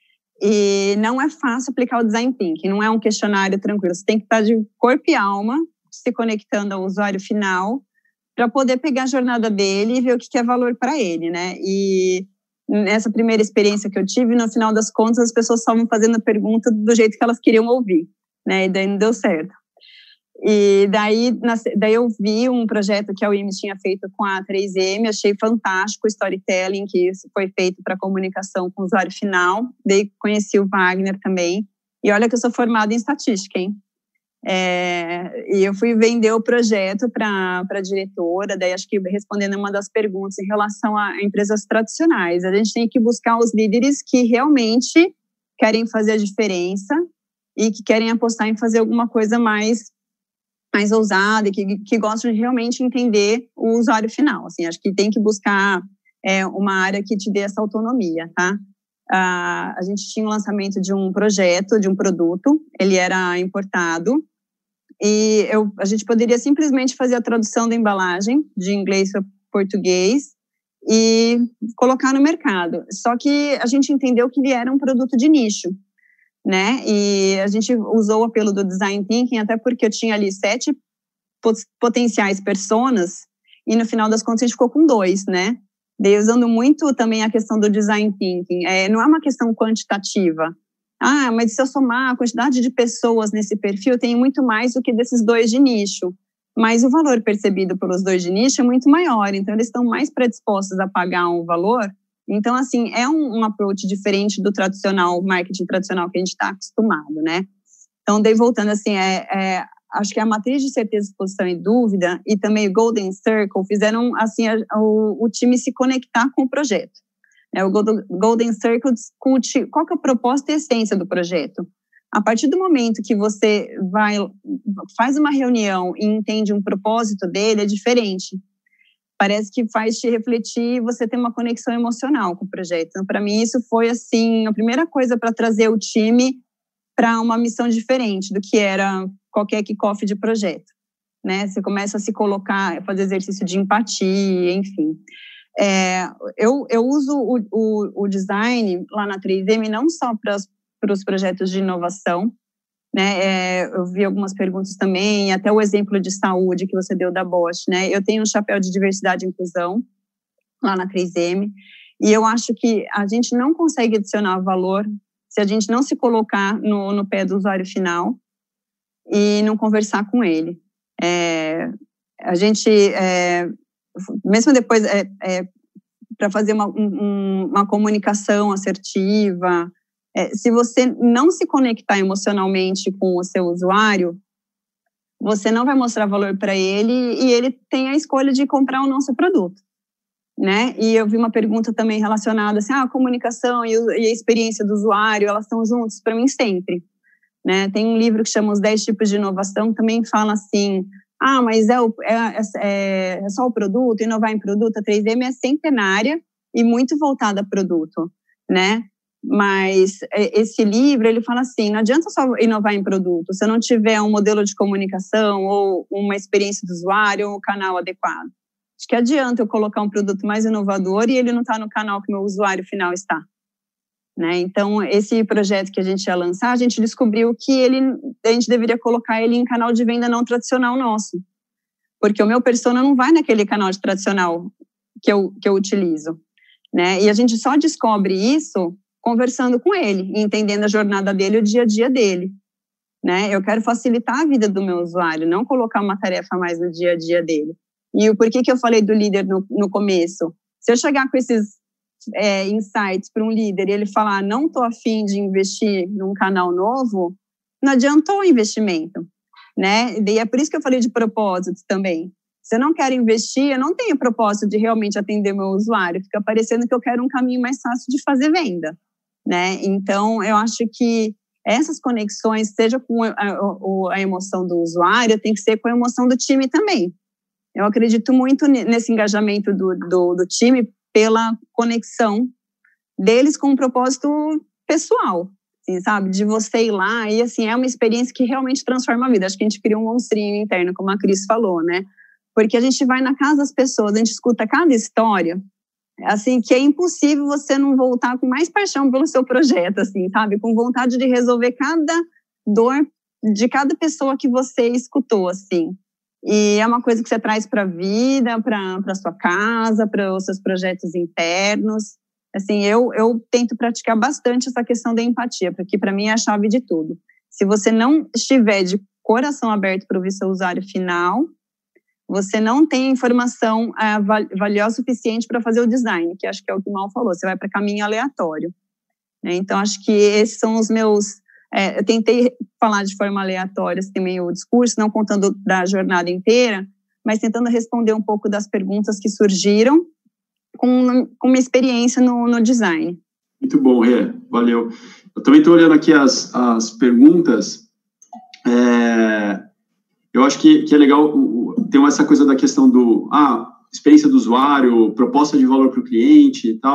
Speaker 4: E não é fácil aplicar o design thinking, não é um questionário tranquilo, você tem que estar de corpo e alma, se conectando ao usuário final, para poder pegar a jornada dele e ver o que é valor para ele, né? E nessa primeira experiência que eu tive, no final das contas, as pessoas estavam fazendo a pergunta do jeito que elas queriam ouvir, né? E daí não deu certo. E daí, daí eu vi um projeto que a U I M tinha feito com a três M, achei fantástico o storytelling que foi feito para comunicação com o usuário final, daí conheci o Wagner também, e olha que eu sou formada em estatística, hein? É, e eu fui vender o projeto para a diretora, daí acho que respondendo uma das perguntas em relação a empresas tradicionais, a gente tem que buscar os líderes que realmente querem fazer a diferença e que querem apostar em fazer alguma coisa mais mais ousada e que, que gostam de realmente entender o usuário final. Assim, acho que tem que buscar é, uma área que te dê essa autonomia, tá? a, a gente tinha o lançamento de um projeto, de um produto, ele era importado, e eu, a gente poderia simplesmente fazer a tradução da embalagem, de inglês para português, e colocar no mercado. Só que a gente entendeu que ele era um produto de nicho, né? E a gente usou o apelo do Design Thinking, até porque eu tinha ali sete potenciais personas, e no final das contas a gente ficou com dois, né? Daí usando muito também a questão do Design Thinking. É, não é uma questão quantitativa. Ah, mas se eu somar a quantidade de pessoas nesse perfil, tem muito mais do que desses dois de nicho. Mas o valor percebido pelos dois de nicho é muito maior, então eles estão mais predispostos a pagar um valor. Então, assim, é um, um approach diferente do tradicional, marketing tradicional que a gente está acostumado, né? Então, daí voltando, assim, é, é, acho que a matriz de certeza, exposição e dúvida e também o Golden Circle fizeram, assim, a, o, o time se conectar com o projeto. É, o Golden Circle discute qual que é o propósito e a essência do projeto. A partir do momento que você vai, faz uma reunião e entende um propósito dele, é diferente. Parece que faz te refletir e você tem uma conexão emocional com o projeto. Então, para mim, isso foi, assim, a primeira coisa para trazer o time para uma missão diferente do que era qualquer kickoff de projeto, né? Você começa a se colocar, fazer exercício de empatia, enfim. É, eu, eu uso o, o, o design lá na três M não só para os projetos de inovação, né? É, eu vi algumas perguntas também, até o exemplo de saúde que você deu da Bosch, né? Eu tenho um chapéu de diversidade e inclusão lá na três M, e eu acho que a gente não consegue adicionar valor se a gente não se colocar no, no pé do usuário final e não conversar com ele. É, a gente, é, mesmo depois, é, é, para fazer uma, um, uma comunicação assertiva, é, se você não se conectar emocionalmente com o seu usuário, você não vai mostrar valor para ele e ele tem a escolha de comprar o nosso produto, né? E eu vi uma pergunta também relacionada assim, ah, a comunicação e a experiência do usuário, elas estão juntas para mim sempre, né? Tem um livro que chama Os dez Tipos de Inovação, que também fala assim, ah, mas é, o, é, é, é só o produto, inovar em produto, a três M é centenária e muito voltada a produto, né? Mas esse livro, ele fala assim, não adianta só inovar em produto, se eu não tiver um modelo de comunicação ou uma experiência do usuário ou um canal adequado. Acho que adianta eu colocar um produto mais inovador e ele não está no canal que o meu usuário final está, né? Então, esse projeto que a gente ia lançar, a gente descobriu que ele, a gente deveria colocar ele em canal de venda não tradicional nosso, porque o meu persona não vai naquele canal de tradicional que eu, que eu utilizo, né? E a gente só descobre isso conversando com ele, entendendo a jornada dele, o dia a dia dele, né? Eu quero facilitar a vida do meu usuário, não colocar uma tarefa mais no dia a dia dele. E o porquê que eu falei do líder no, no começo? Se eu chegar com esses é, insights para um líder e ele falar, não estou afim de investir num canal novo, não adiantou o investimento, né? E é por isso que eu falei de propósitos também. Se eu não quero investir, eu não tenho propósito de realmente atender meu usuário, fica parecendo que eu quero um caminho mais fácil de fazer venda, né? Então, eu acho que essas conexões, seja com a, a, a emoção do usuário, tem que ser com a emoção do time também. Eu acredito muito nesse engajamento do, do, do time pela conexão deles com um propósito pessoal, assim, sabe? De você ir lá e, assim, é uma experiência que realmente transforma a vida. Acho que a gente cria um monstrinho interno, como a Cris falou, né? Porque a gente vai na casa das pessoas, a gente escuta cada história, assim, que é impossível você não voltar com mais paixão pelo seu projeto, assim, sabe? Com vontade de resolver cada dor de cada pessoa que você escutou, assim. E é uma coisa que você traz para a vida, para a sua casa, para os seus projetos internos. Assim, eu, eu tento praticar bastante essa questão da empatia, porque para mim é a chave de tudo. Se você não estiver de coração aberto para ouvir seu usuário final, você não tem informação é, valiosa o suficiente para fazer o design, que acho que é o que o Mal falou, você vai para caminho aleatório, né? Então, acho que esses são os meus... É, eu tentei falar de forma aleatória também o discurso, não contando da jornada inteira, mas tentando responder um pouco das perguntas que surgiram com, com uma experiência no, no design.
Speaker 2: Muito bom, Rê, valeu. Eu também estou olhando aqui as, as perguntas. É, eu acho que, que é legal, tem essa coisa da questão do, ah, experiência do usuário, proposta de valor para o cliente e tal.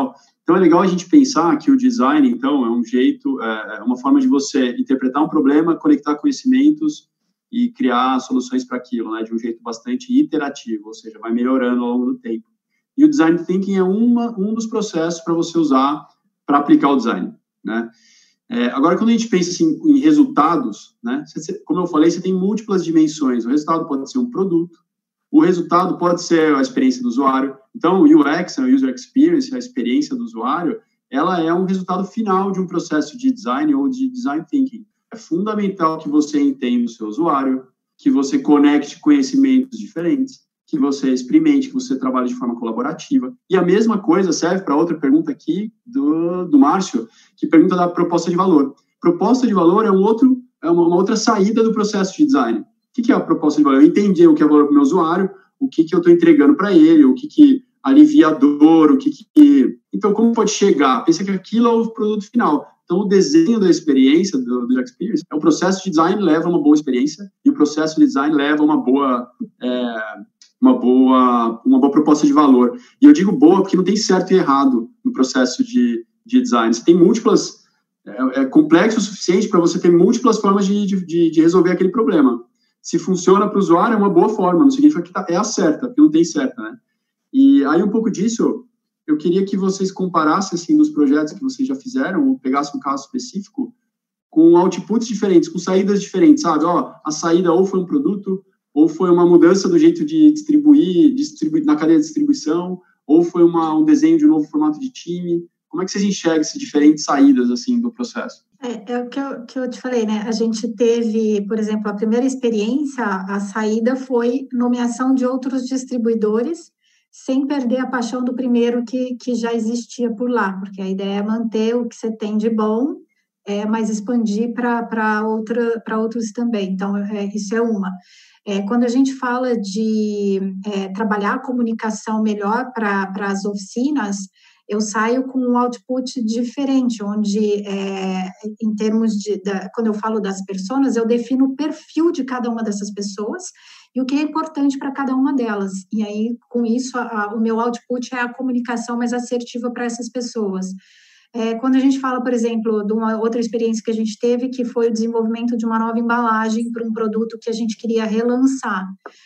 Speaker 2: Então, é legal a gente pensar que o design, então, é um jeito, é uma forma de você interpretar um problema, conectar conhecimentos e criar soluções para aquilo, né, de um jeito bastante iterativo, ou seja, vai melhorando ao longo do tempo. E o design thinking é uma, um dos processos para você usar para aplicar o design, né. É, agora, quando a gente pensa assim, em resultados, né, você, como eu falei, você tem múltiplas dimensões. O resultado pode ser um produto, o resultado pode ser a experiência do usuário. Então, o U X, o User Experience, a experiência do usuário, ela é um resultado final de um processo de design ou de design thinking. É fundamental que você entenda o seu usuário, que você conecte conhecimentos diferentes, que você experimente, que você trabalhe de forma colaborativa. E a mesma coisa serve para outra pergunta aqui do, do Márcio, que pergunta da proposta de valor. Proposta de valor é, um outro, é uma, uma outra saída do processo de design. O que é a proposta de valor? Eu entendi o que é valor para o meu usuário, o que, que eu estou entregando para ele, o que, que alivia a dor, o que, que... Então, como pode chegar? Pensa que aquilo é o produto final. Então, o desenho da experiência, do, do experience, é o processo de design leva a uma boa experiência e o processo de design leva a uma boa, é, uma boa, uma boa proposta de valor. E eu digo boa porque não tem certo e errado no processo de, de design. Você tem múltiplas... É, é complexo o suficiente para você ter múltiplas formas de, de, de resolver aquele problema. Se funciona para o usuário, é uma boa forma, não significa que tá, é a certa, porque não tem certa, né? E aí, um pouco disso, eu queria que vocês comparassem, assim, nos projetos que vocês já fizeram, ou pegassem um caso específico, com outputs diferentes, com saídas diferentes, sabe? Ó, a saída ou foi um produto, ou foi uma mudança do jeito de distribuir, distribuir na cadeia de distribuição, ou foi uma, um desenho de um novo formato de time. Como é que vocês enxergam essas diferentes saídas, assim, do processo?
Speaker 3: É, é o que eu, que eu te falei, né? A gente teve, por exemplo, a primeira experiência, a saída foi nomeação de outros distribuidores, sem perder a paixão do primeiro que, que já existia por lá, porque a ideia é manter o que você tem de bom, é, mas expandir para outros também. Então, é, isso é uma. É, quando a gente fala de é, trabalhar a comunicação melhor para as oficinas, eu saio com um output diferente, onde, é, em termos de, da, quando eu falo das pessoas, eu defino o perfil de cada uma dessas pessoas e o que é importante para cada uma delas. E aí, com isso, a, a, o meu output é a comunicação mais assertiva para essas pessoas. É, quando a gente fala, por exemplo, de uma outra experiência que a gente teve, que foi o desenvolvimento de uma nova embalagem para um produto que a gente queria relançar.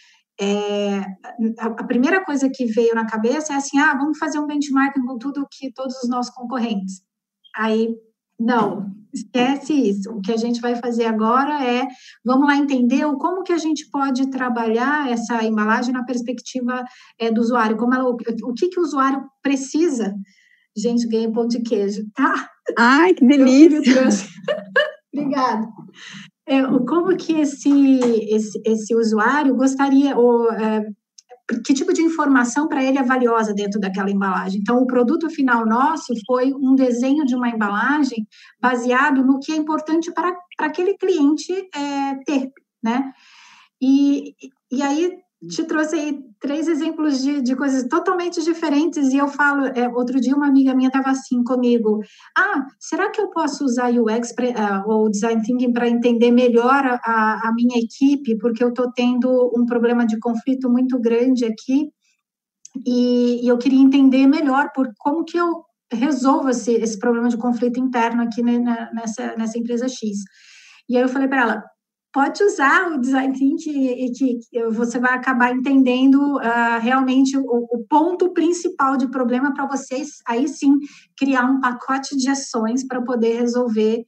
Speaker 3: É, a primeira coisa que veio na cabeça é assim, ah, vamos fazer um benchmarking com tudo que todos os nossos concorrentes. Aí, não, esquece isso. O que a gente vai fazer agora é, vamos lá entender como que a gente pode trabalhar essa embalagem na perspectiva é, do usuário, como ela, o que que o usuário precisa. Gente, ganhei pão de queijo, tá?
Speaker 4: Ai, que delícia!
Speaker 3: Obrigada. É, como que esse, esse, esse usuário gostaria, ou é, que tipo de informação para ele é valiosa dentro daquela embalagem. Então, o produto final nosso foi um desenho de uma embalagem baseado no que é importante para, para aquele cliente é, ter, né? E, e aí, te trouxe aí três exemplos de, de coisas totalmente diferentes, e eu falo, é, outro dia uma amiga minha estava assim comigo, ah, será que eu posso usar U X pra, uh, ou Design Thinking para entender melhor a, a minha equipe, porque eu estou tendo um problema de conflito muito grande aqui, e, e eu queria entender melhor por como que eu resolvo esse, esse problema de conflito interno aqui né, nessa, nessa empresa X. E aí eu falei para ela, pode usar o Design Thinking e que você vai acabar entendendo uh, realmente o, o ponto principal de problema para vocês, aí sim, criar um pacote de ações para poder resolver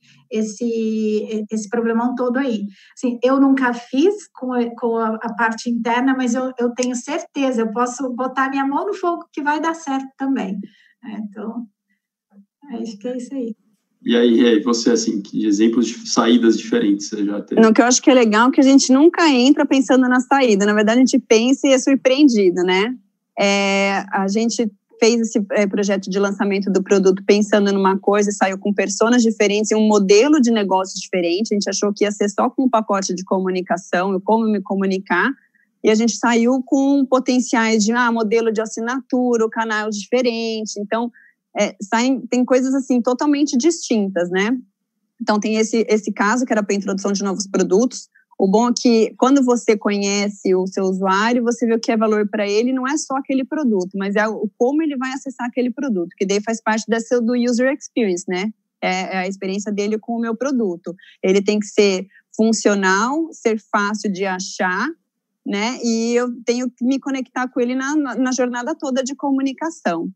Speaker 3: esse, esse problemão todo aí. Assim, eu nunca fiz com, a, com a, a parte interna, mas eu, eu tenho certeza, eu posso botar minha mão no fogo que vai dar certo também. É, então, acho que é isso aí.
Speaker 2: E aí, e aí, você, assim, que exemplos de saídas diferentes você já teve?
Speaker 4: Não, que eu acho que é legal que a gente nunca entra pensando na saída. Na verdade, a gente pensa e é surpreendido, né? É, a gente fez esse é, projeto de lançamento do produto pensando numa coisa e saiu com personas diferentes e um modelo de negócio diferente. A gente achou que ia ser só com um pacote de comunicação, como me comunicar. E a gente saiu com potenciais de ah, modelo de assinatura, o canal diferente. Então, É, saem, tem coisas assim totalmente distintas, né? Então tem esse, esse caso que era para a introdução de novos produtos, O bom é que quando você conhece o seu usuário, você vê o que é valor para ele, não é só aquele produto, mas é o como ele vai acessar aquele produto, que daí faz parte dessa, do user experience, né? É a experiência dele com o meu produto. Ele tem que ser funcional, ser fácil de achar, né? E eu tenho que me conectar com ele na, na jornada toda de comunicação.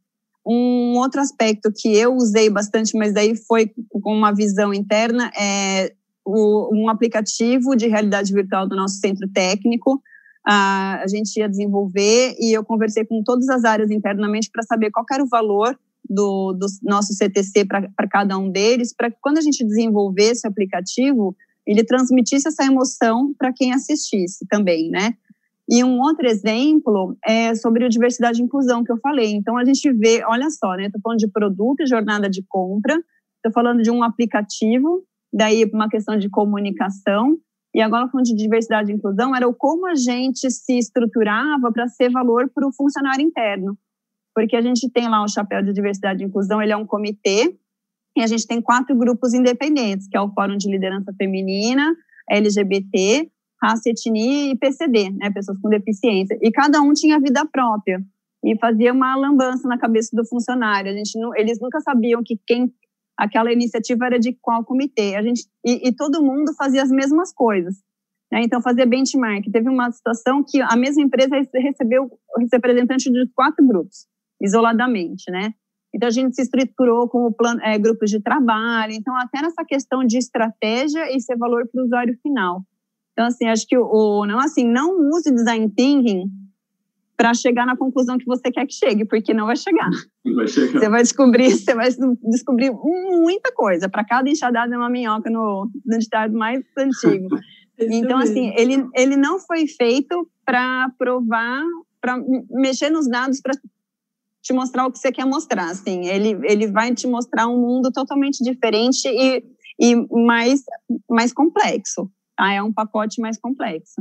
Speaker 4: Um outro aspecto que eu usei bastante, mas daí foi com uma visão interna, é o, um aplicativo de realidade virtual do nosso centro técnico. Ah, a gente ia desenvolver e eu conversei com todas as áreas internamente para saber qual era o valor do, do nosso C T C para cada um deles, para que quando a gente desenvolvesse o aplicativo, ele transmitisse essa emoção para quem assistisse também, né? E um outro exemplo é sobre a diversidade e inclusão que eu falei. Então, a gente vê, olha só, né? Estou falando de produto e jornada de compra, estou falando de um aplicativo, daí uma questão de comunicação, e agora falando de diversidade e inclusão, era o como a gente se estruturava para ser valor para o funcionário interno. Porque a gente tem lá o chapéu de diversidade e inclusão, ele é um comitê, e a gente tem quatro grupos independentes, que é o Fórum de Liderança Feminina, L G B T, Raça, Etnia e P C D, né, pessoas com deficiência. E cada um tinha vida própria e fazia uma lambança na cabeça do funcionário. A gente não, eles nunca sabiam que quem aquela iniciativa era de qual comitê. A gente, e, e todo mundo fazia as mesmas coisas, né? Então, fazia benchmark. Teve uma situação que a mesma empresa recebeu o representante dos quatro grupos, isoladamente, né? Então, a gente se estruturou como plano, é, grupos de trabalho. Então, até nessa questão de estratégia e ser valor para o usuário final. Então, assim, acho que o, não, assim, não use design thinking para chegar na conclusão que você quer que chegue, porque não vai chegar.
Speaker 2: Vai chegar.
Speaker 4: Você vai descobrir, você vai descobrir muita coisa. Para cada enxadada é uma minhoca no, no ditado mais antigo. Então, assim, ele, ele não foi feito para provar, para mexer nos dados, para te mostrar o que você quer mostrar. Assim, ele, ele vai te mostrar um mundo totalmente diferente e, e mais, mais complexo. Ah, é um pacote mais complexo.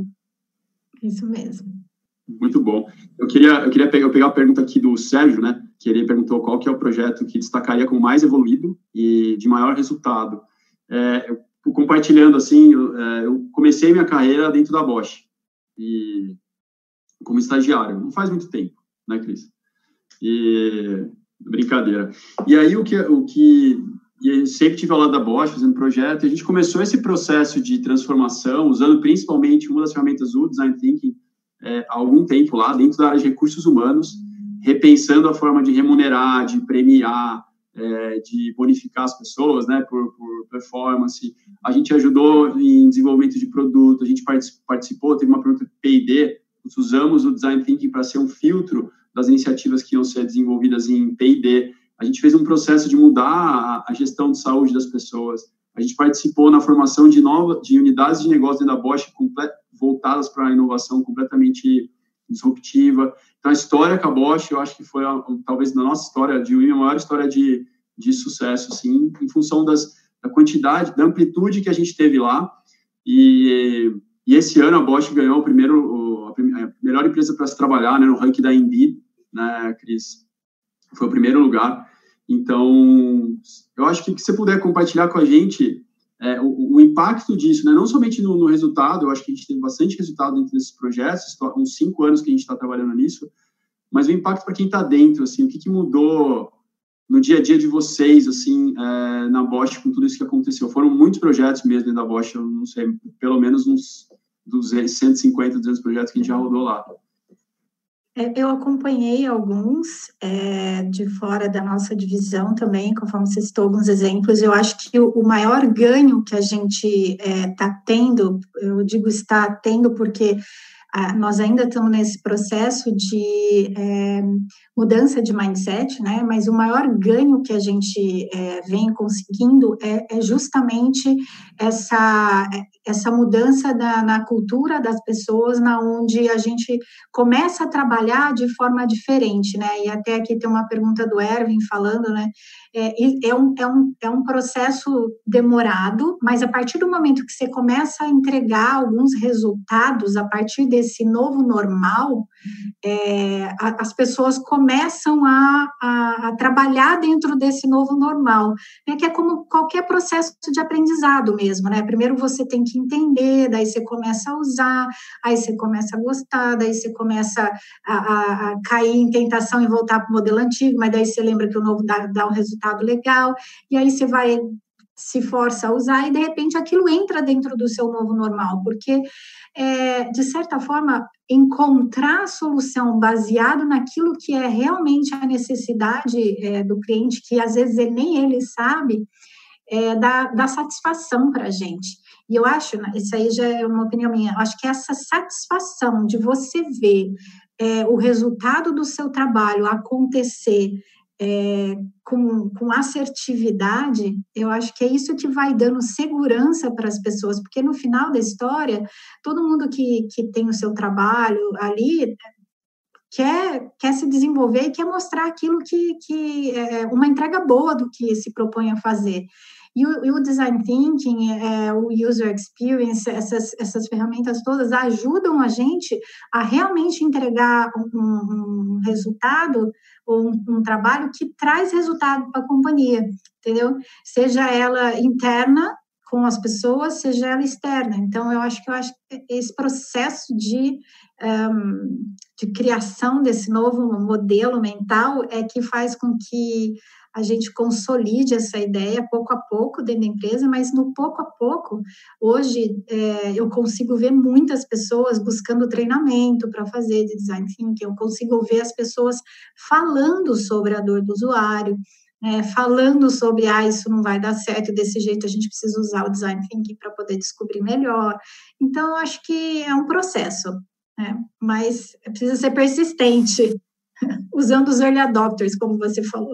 Speaker 3: Isso mesmo.
Speaker 2: Muito bom. Eu queria, eu queria pegar, eu pegar a pergunta aqui do Sérgio, né? Que ele perguntou qual que é o projeto que destacaria como mais evoluído e de maior resultado. É, eu, compartilhando, assim, eu, é, eu comecei minha carreira dentro da Bosch, e, como estagiário. Não faz muito tempo, né, Cris? E... Brincadeira. E aí, o que... O que E eu sempre tive ao lado da Bosch, fazendo projeto, e a gente começou esse processo de transformação, usando principalmente uma das ferramentas do Design Thinking, é, há algum tempo lá, dentro da área de recursos humanos, repensando a forma de remunerar, de premiar, é, de bonificar as pessoas, né, por, por performance. A gente ajudou em desenvolvimento de produto, a gente participou, teve uma pergunta P e D, usamos o Design Thinking para ser um filtro das iniciativas que iam ser desenvolvidas em P e D. A gente fez um processo de mudar a gestão de saúde das pessoas. A gente participou na formação de, nova, de unidades de negócio dentro da Bosch voltadas para a inovação completamente disruptiva. Então, a história com a Bosch, eu acho que foi, talvez, na nossa história de U I M, a maior história de, de sucesso, assim, em função das, da quantidade, da amplitude que a gente teve lá. E, e esse ano a Bosch ganhou o primeiro, a melhor empresa para se trabalhar, né, no ranking da Indeed, né, Cris? Foi o primeiro lugar. Então, eu acho que se você puder compartilhar com a gente é, o, o impacto disso, né? Não somente no, no resultado, eu acho que a gente teve bastante resultado dentro desses projetos, uns cinco anos que a gente está trabalhando nisso, mas o impacto para quem está dentro, assim, o que, que mudou no dia a dia de vocês, assim, é, na Bosch, com tudo isso que aconteceu? Foram muitos projetos mesmo dentro da Bosch, eu não sei, pelo menos uns duzentos, cento e cinquenta, duzentos projetos que a gente já rodou lá.
Speaker 3: Eu acompanhei alguns é, de fora da nossa divisão também, conforme você citou alguns exemplos. Eu acho que o, o maior ganho que a gente está é, tendo, eu digo está tendo porque ah, nós ainda estamos nesse processo de é, mudança de mindset, né? Mas o maior ganho que a gente é, vem conseguindo é, é justamente essa, essa mudança da, na cultura das pessoas, na onde a gente começa a trabalhar de forma diferente, né? E até aqui tem uma pergunta do Erwin falando, né? É, é, um, é, um, é um processo demorado, mas a partir do momento que você começa a entregar alguns resultados a partir desse novo normal, é, a, as pessoas começam a, a, a trabalhar dentro desse novo normal, né, que é como qualquer processo de aprendizado mesmo, né? Primeiro você tem que entender, daí você começa a usar, aí você começa a gostar, daí você começa a, a, a cair em tentação e voltar para o modelo antigo, mas daí você lembra que o novo dá, dá um resultado legal, e aí você vai, se força a usar, e de repente aquilo entra dentro do seu novo normal, porque, é, de certa forma, encontrar a solução baseado naquilo que é realmente a necessidade é, do cliente, que às vezes ele, nem ele sabe, é, dá, dá satisfação para a gente. E eu acho, isso aí já é uma opinião minha, eu acho que essa satisfação de você ver é, o resultado do seu trabalho acontecer É, com, com assertividade, eu acho que é isso que vai dando segurança para as pessoas, porque no final da história, todo mundo que, que tem o seu trabalho ali quer, quer se desenvolver e quer mostrar aquilo que, que é uma entrega boa do que se propõe a fazer. E o, e o design thinking, é, o user experience, essas, essas ferramentas todas ajudam a gente a realmente entregar um, um resultado ou um, um trabalho que traz resultado para a companhia, entendeu? Seja ela interna com as pessoas, seja ela externa. Então, eu acho que eu acho que esse processo de, um, de criação desse novo modelo mental é que faz com que a gente consolide essa ideia pouco a pouco dentro da empresa, mas no pouco a pouco, hoje é, eu consigo ver muitas pessoas buscando treinamento para fazer de design thinking, eu consigo ver as pessoas falando sobre a dor do usuário, é, falando sobre, ah, isso não vai dar certo, desse jeito a gente precisa usar o design thinking para poder descobrir melhor. Então, eu acho que é um processo, né? Mas precisa ser persistente, usando os early adopters, como você falou.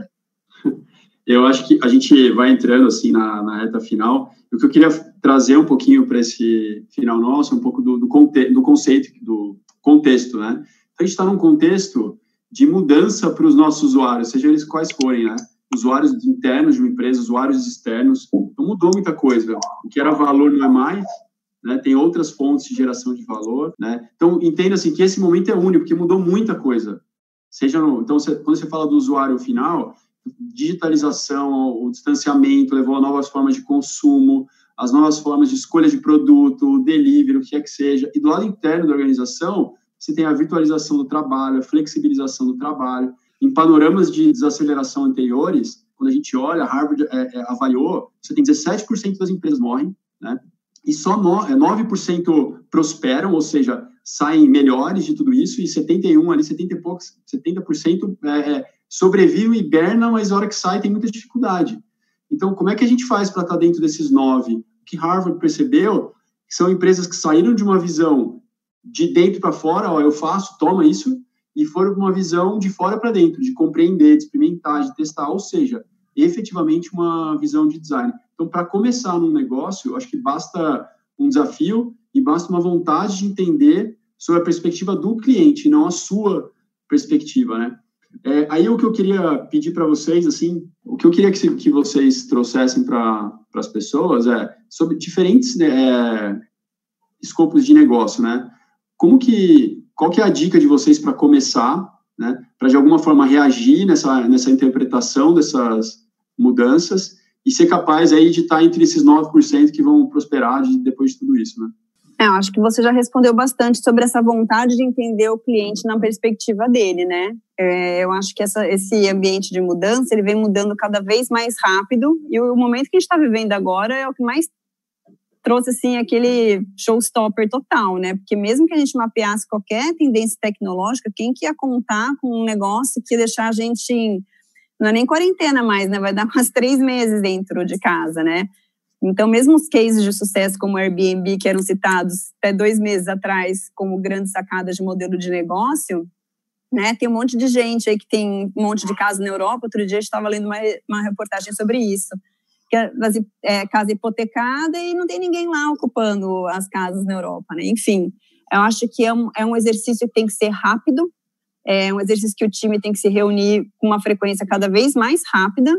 Speaker 2: Eu acho que a gente vai entrando, assim, na, na reta final. O que eu queria trazer um pouquinho para esse final nosso, um pouco do, do, conte do conceito, do contexto, né? Então, a gente está num contexto de mudança para os nossos usuários, seja eles quais forem, né? Usuários internos de uma empresa, usuários externos. Então, mudou muita coisa. O que era valor não é mais, né? Tem outras fontes de geração de valor, né? Então, entenda, assim, que esse momento é único, porque mudou muita coisa. Seja no, então, você, quando você fala do usuário final, digitalização, o distanciamento levou a novas formas de consumo, as novas formas de escolha de produto, delivery, o que é que seja. E do lado interno da organização, você tem a virtualização do trabalho, a flexibilização do trabalho. Em panoramas de desaceleração anteriores, quando a gente olha, a Harvard é, é, avaliou, você tem dezessete por cento das empresas morrem, né? E só nove por cento prosperam, ou seja, saem melhores de tudo isso, e setenta e um por cento ali, setenta e poucos, setenta por cento é, é, sobrevive, hiberna, mas a hora que sai tem muita dificuldade. Então, como é que a gente faz para estar dentro desses nove? O que Harvard percebeu que são empresas que saíram de uma visão de dentro para fora, ó, eu faço, toma isso, e foram para uma visão de fora para dentro, de compreender, de experimentar, de testar, ou seja, efetivamente uma visão de design. Então, para começar num negócio, acho que basta um desafio e basta uma vontade de entender sobre a perspectiva do cliente, não a sua perspectiva, né? É, aí o que eu queria pedir para vocês, assim, o que eu queria que, se, que vocês trouxessem para as pessoas é sobre diferentes né, é, escopos de negócio, né? Como que, qual que é a dica de vocês para começar, né? Para de alguma forma reagir nessa, nessa interpretação dessas mudanças e ser capaz aí de estar entre esses nove por cento que vão prosperar de, depois de tudo isso, né?
Speaker 4: É, eu acho que você já respondeu bastante sobre essa vontade de entender o cliente na perspectiva dele, né? É, eu acho que essa, esse ambiente de mudança, ele vem mudando cada vez mais rápido, e o momento que a gente está vivendo agora é o que mais trouxe, assim, aquele showstopper total, né? Porque mesmo que a gente mapeasse qualquer tendência tecnológica, quem que ia contar com um negócio que ia deixar a gente, em, não é nem quarentena mais, né? Vai dar umas três meses dentro de casa, né? Então, mesmo os cases de sucesso como o Airbnb, que eram citados até dois meses atrás como grandes sacadas de modelo de negócio, né, tem um monte de gente aí que tem um monte de casa na Europa. Outro dia a gente estava lendo uma, uma reportagem sobre isso, que é, é casa hipotecada e não tem ninguém lá ocupando as casas na Europa, né? Enfim, eu acho que é um, é um exercício que tem que ser rápido, é um exercício que o time tem que se reunir com uma frequência cada vez mais rápida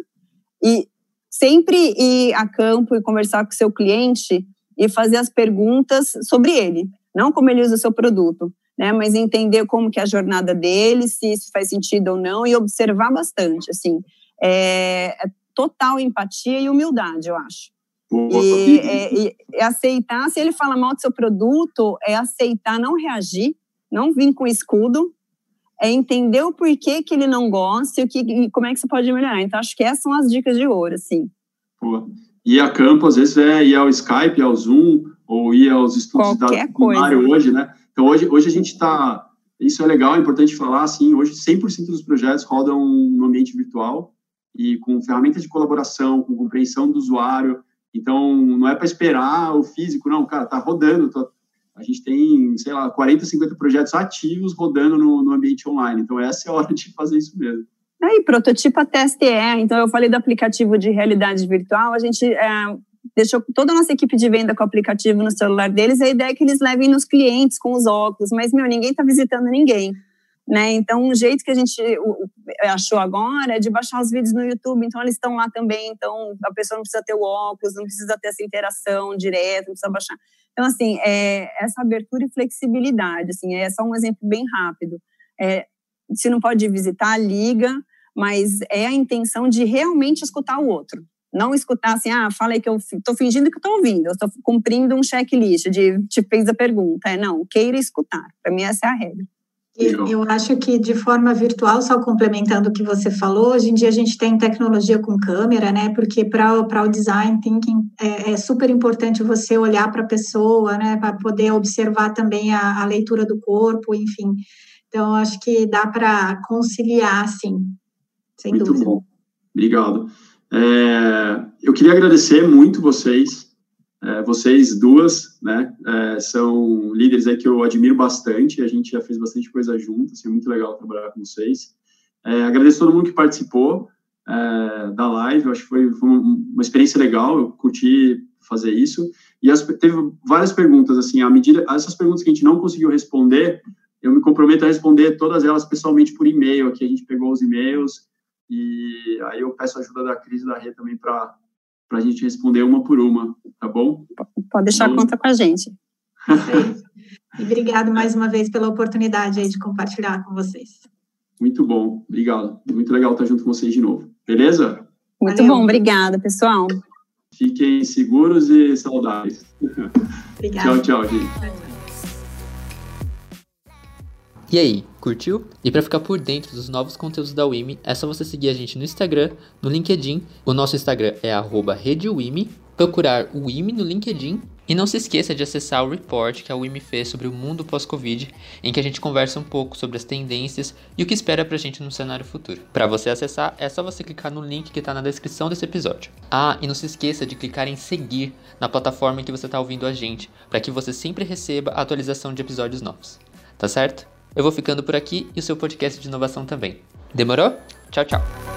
Speaker 4: e sempre ir a campo e conversar com o seu cliente e fazer as perguntas sobre ele, não como ele usa o seu produto. né? Mas entender como que é a jornada deles, se isso faz sentido ou não, e observar bastante, assim. É, é total empatia e humildade, eu acho. E, é, é aceitar, se ele fala mal do seu produto, é aceitar, não reagir, não vir com escudo, é entender o porquê que ele não gosta e, o que, e como é que você pode melhorar. Então, acho que essas são as dicas de ouro, assim.
Speaker 2: Pô. Ir a campo, às vezes, é ir ao Skype, ao Zoom, ou ir aos estudos de dados primário hoje, né? Então, hoje, hoje a gente está... Isso é legal, é importante falar, assim, hoje cem por cento dos projetos rodam no ambiente virtual e com ferramentas de colaboração, com compreensão do usuário. Então, não é para esperar o físico, não, cara, tá rodando. Tô... A gente tem, sei lá, quarenta, cinquenta projetos ativos rodando no, no ambiente online. Então, essa é a hora de fazer isso mesmo.
Speaker 4: Aí, prototipo até S T E. Então, eu falei do aplicativo de realidade virtual. A gente é, deixou toda a nossa equipe de venda com o aplicativo no celular deles. A ideia é que eles levem nos clientes com os óculos. Mas, meu, ninguém está visitando ninguém, né? Então, um jeito que a gente achou agora é de baixar os vídeos no YouTube. Então, eles estão lá também. Então, a pessoa não precisa ter o óculos, não precisa ter essa interação direta, não precisa baixar. Então, assim, é, essa abertura e flexibilidade, assim, é só um exemplo bem rápido. É, se não pode visitar, liga, mas é a intenção de realmente escutar o outro. Não escutar assim, ah, fala aí que eu estou fingindo que estou ouvindo, eu estou cumprindo um checklist de te fez a pergunta. É, não, queira escutar. Para mim, essa é a regra.
Speaker 3: Eu acho que de forma virtual, só complementando o que você falou, hoje em dia a gente tem tecnologia com câmera, né? Porque para o design thinking é, é super importante você olhar para a pessoa, né? Para poder observar também a, a leitura do corpo, enfim. Então, acho que dá para conciliar, sim, sem
Speaker 2: muito
Speaker 3: dúvida.
Speaker 2: Muito bom, obrigado. É, eu queria agradecer muito vocês. É, vocês duas, né, é, são líderes aí que eu admiro bastante, a gente já fez bastante coisa junto, assim, é muito legal trabalhar com vocês. É, agradeço a todo mundo que participou é, da live, eu acho que foi, foi uma, uma experiência legal, eu curti fazer isso, e as, teve várias perguntas, assim, à medida, essas perguntas que a gente não conseguiu responder, eu me comprometo a responder todas elas pessoalmente por e-mail, aqui a gente pegou os e-mails, e aí eu peço a ajuda da Cris e da Rê também para para a gente responder uma por uma, tá bom?
Speaker 4: Pode deixar a conta com a gente.
Speaker 3: E obrigado mais uma vez pela oportunidade aí de compartilhar com vocês.
Speaker 2: Muito bom, obrigado. Muito legal estar junto com vocês de novo. Beleza?
Speaker 4: Muito
Speaker 3: Valeu.
Speaker 4: Bom, obrigada, pessoal.
Speaker 2: Fiquem seguros e saudáveis.
Speaker 3: Obrigada.
Speaker 2: Tchau, tchau, gente.
Speaker 1: E aí, curtiu? E para ficar por dentro dos novos conteúdos da W I M I, é só você seguir a gente no Instagram, no LinkedIn. O nosso Instagram é arroba redewimi, procurar o W I M I no LinkedIn. E não se esqueça de acessar o report que a W I M I fez sobre o mundo pós-Covid, em que a gente conversa um pouco sobre as tendências e o que espera pra gente no cenário futuro. Para você acessar, é só você clicar no link que tá na descrição desse episódio. Ah, e não se esqueça de clicar em seguir na plataforma em que você tá ouvindo a gente, para que você sempre receba a atualização de episódios novos. Tá certo? Eu vou ficando por aqui e o seu podcast de inovação também. Demorou? Tchau, tchau.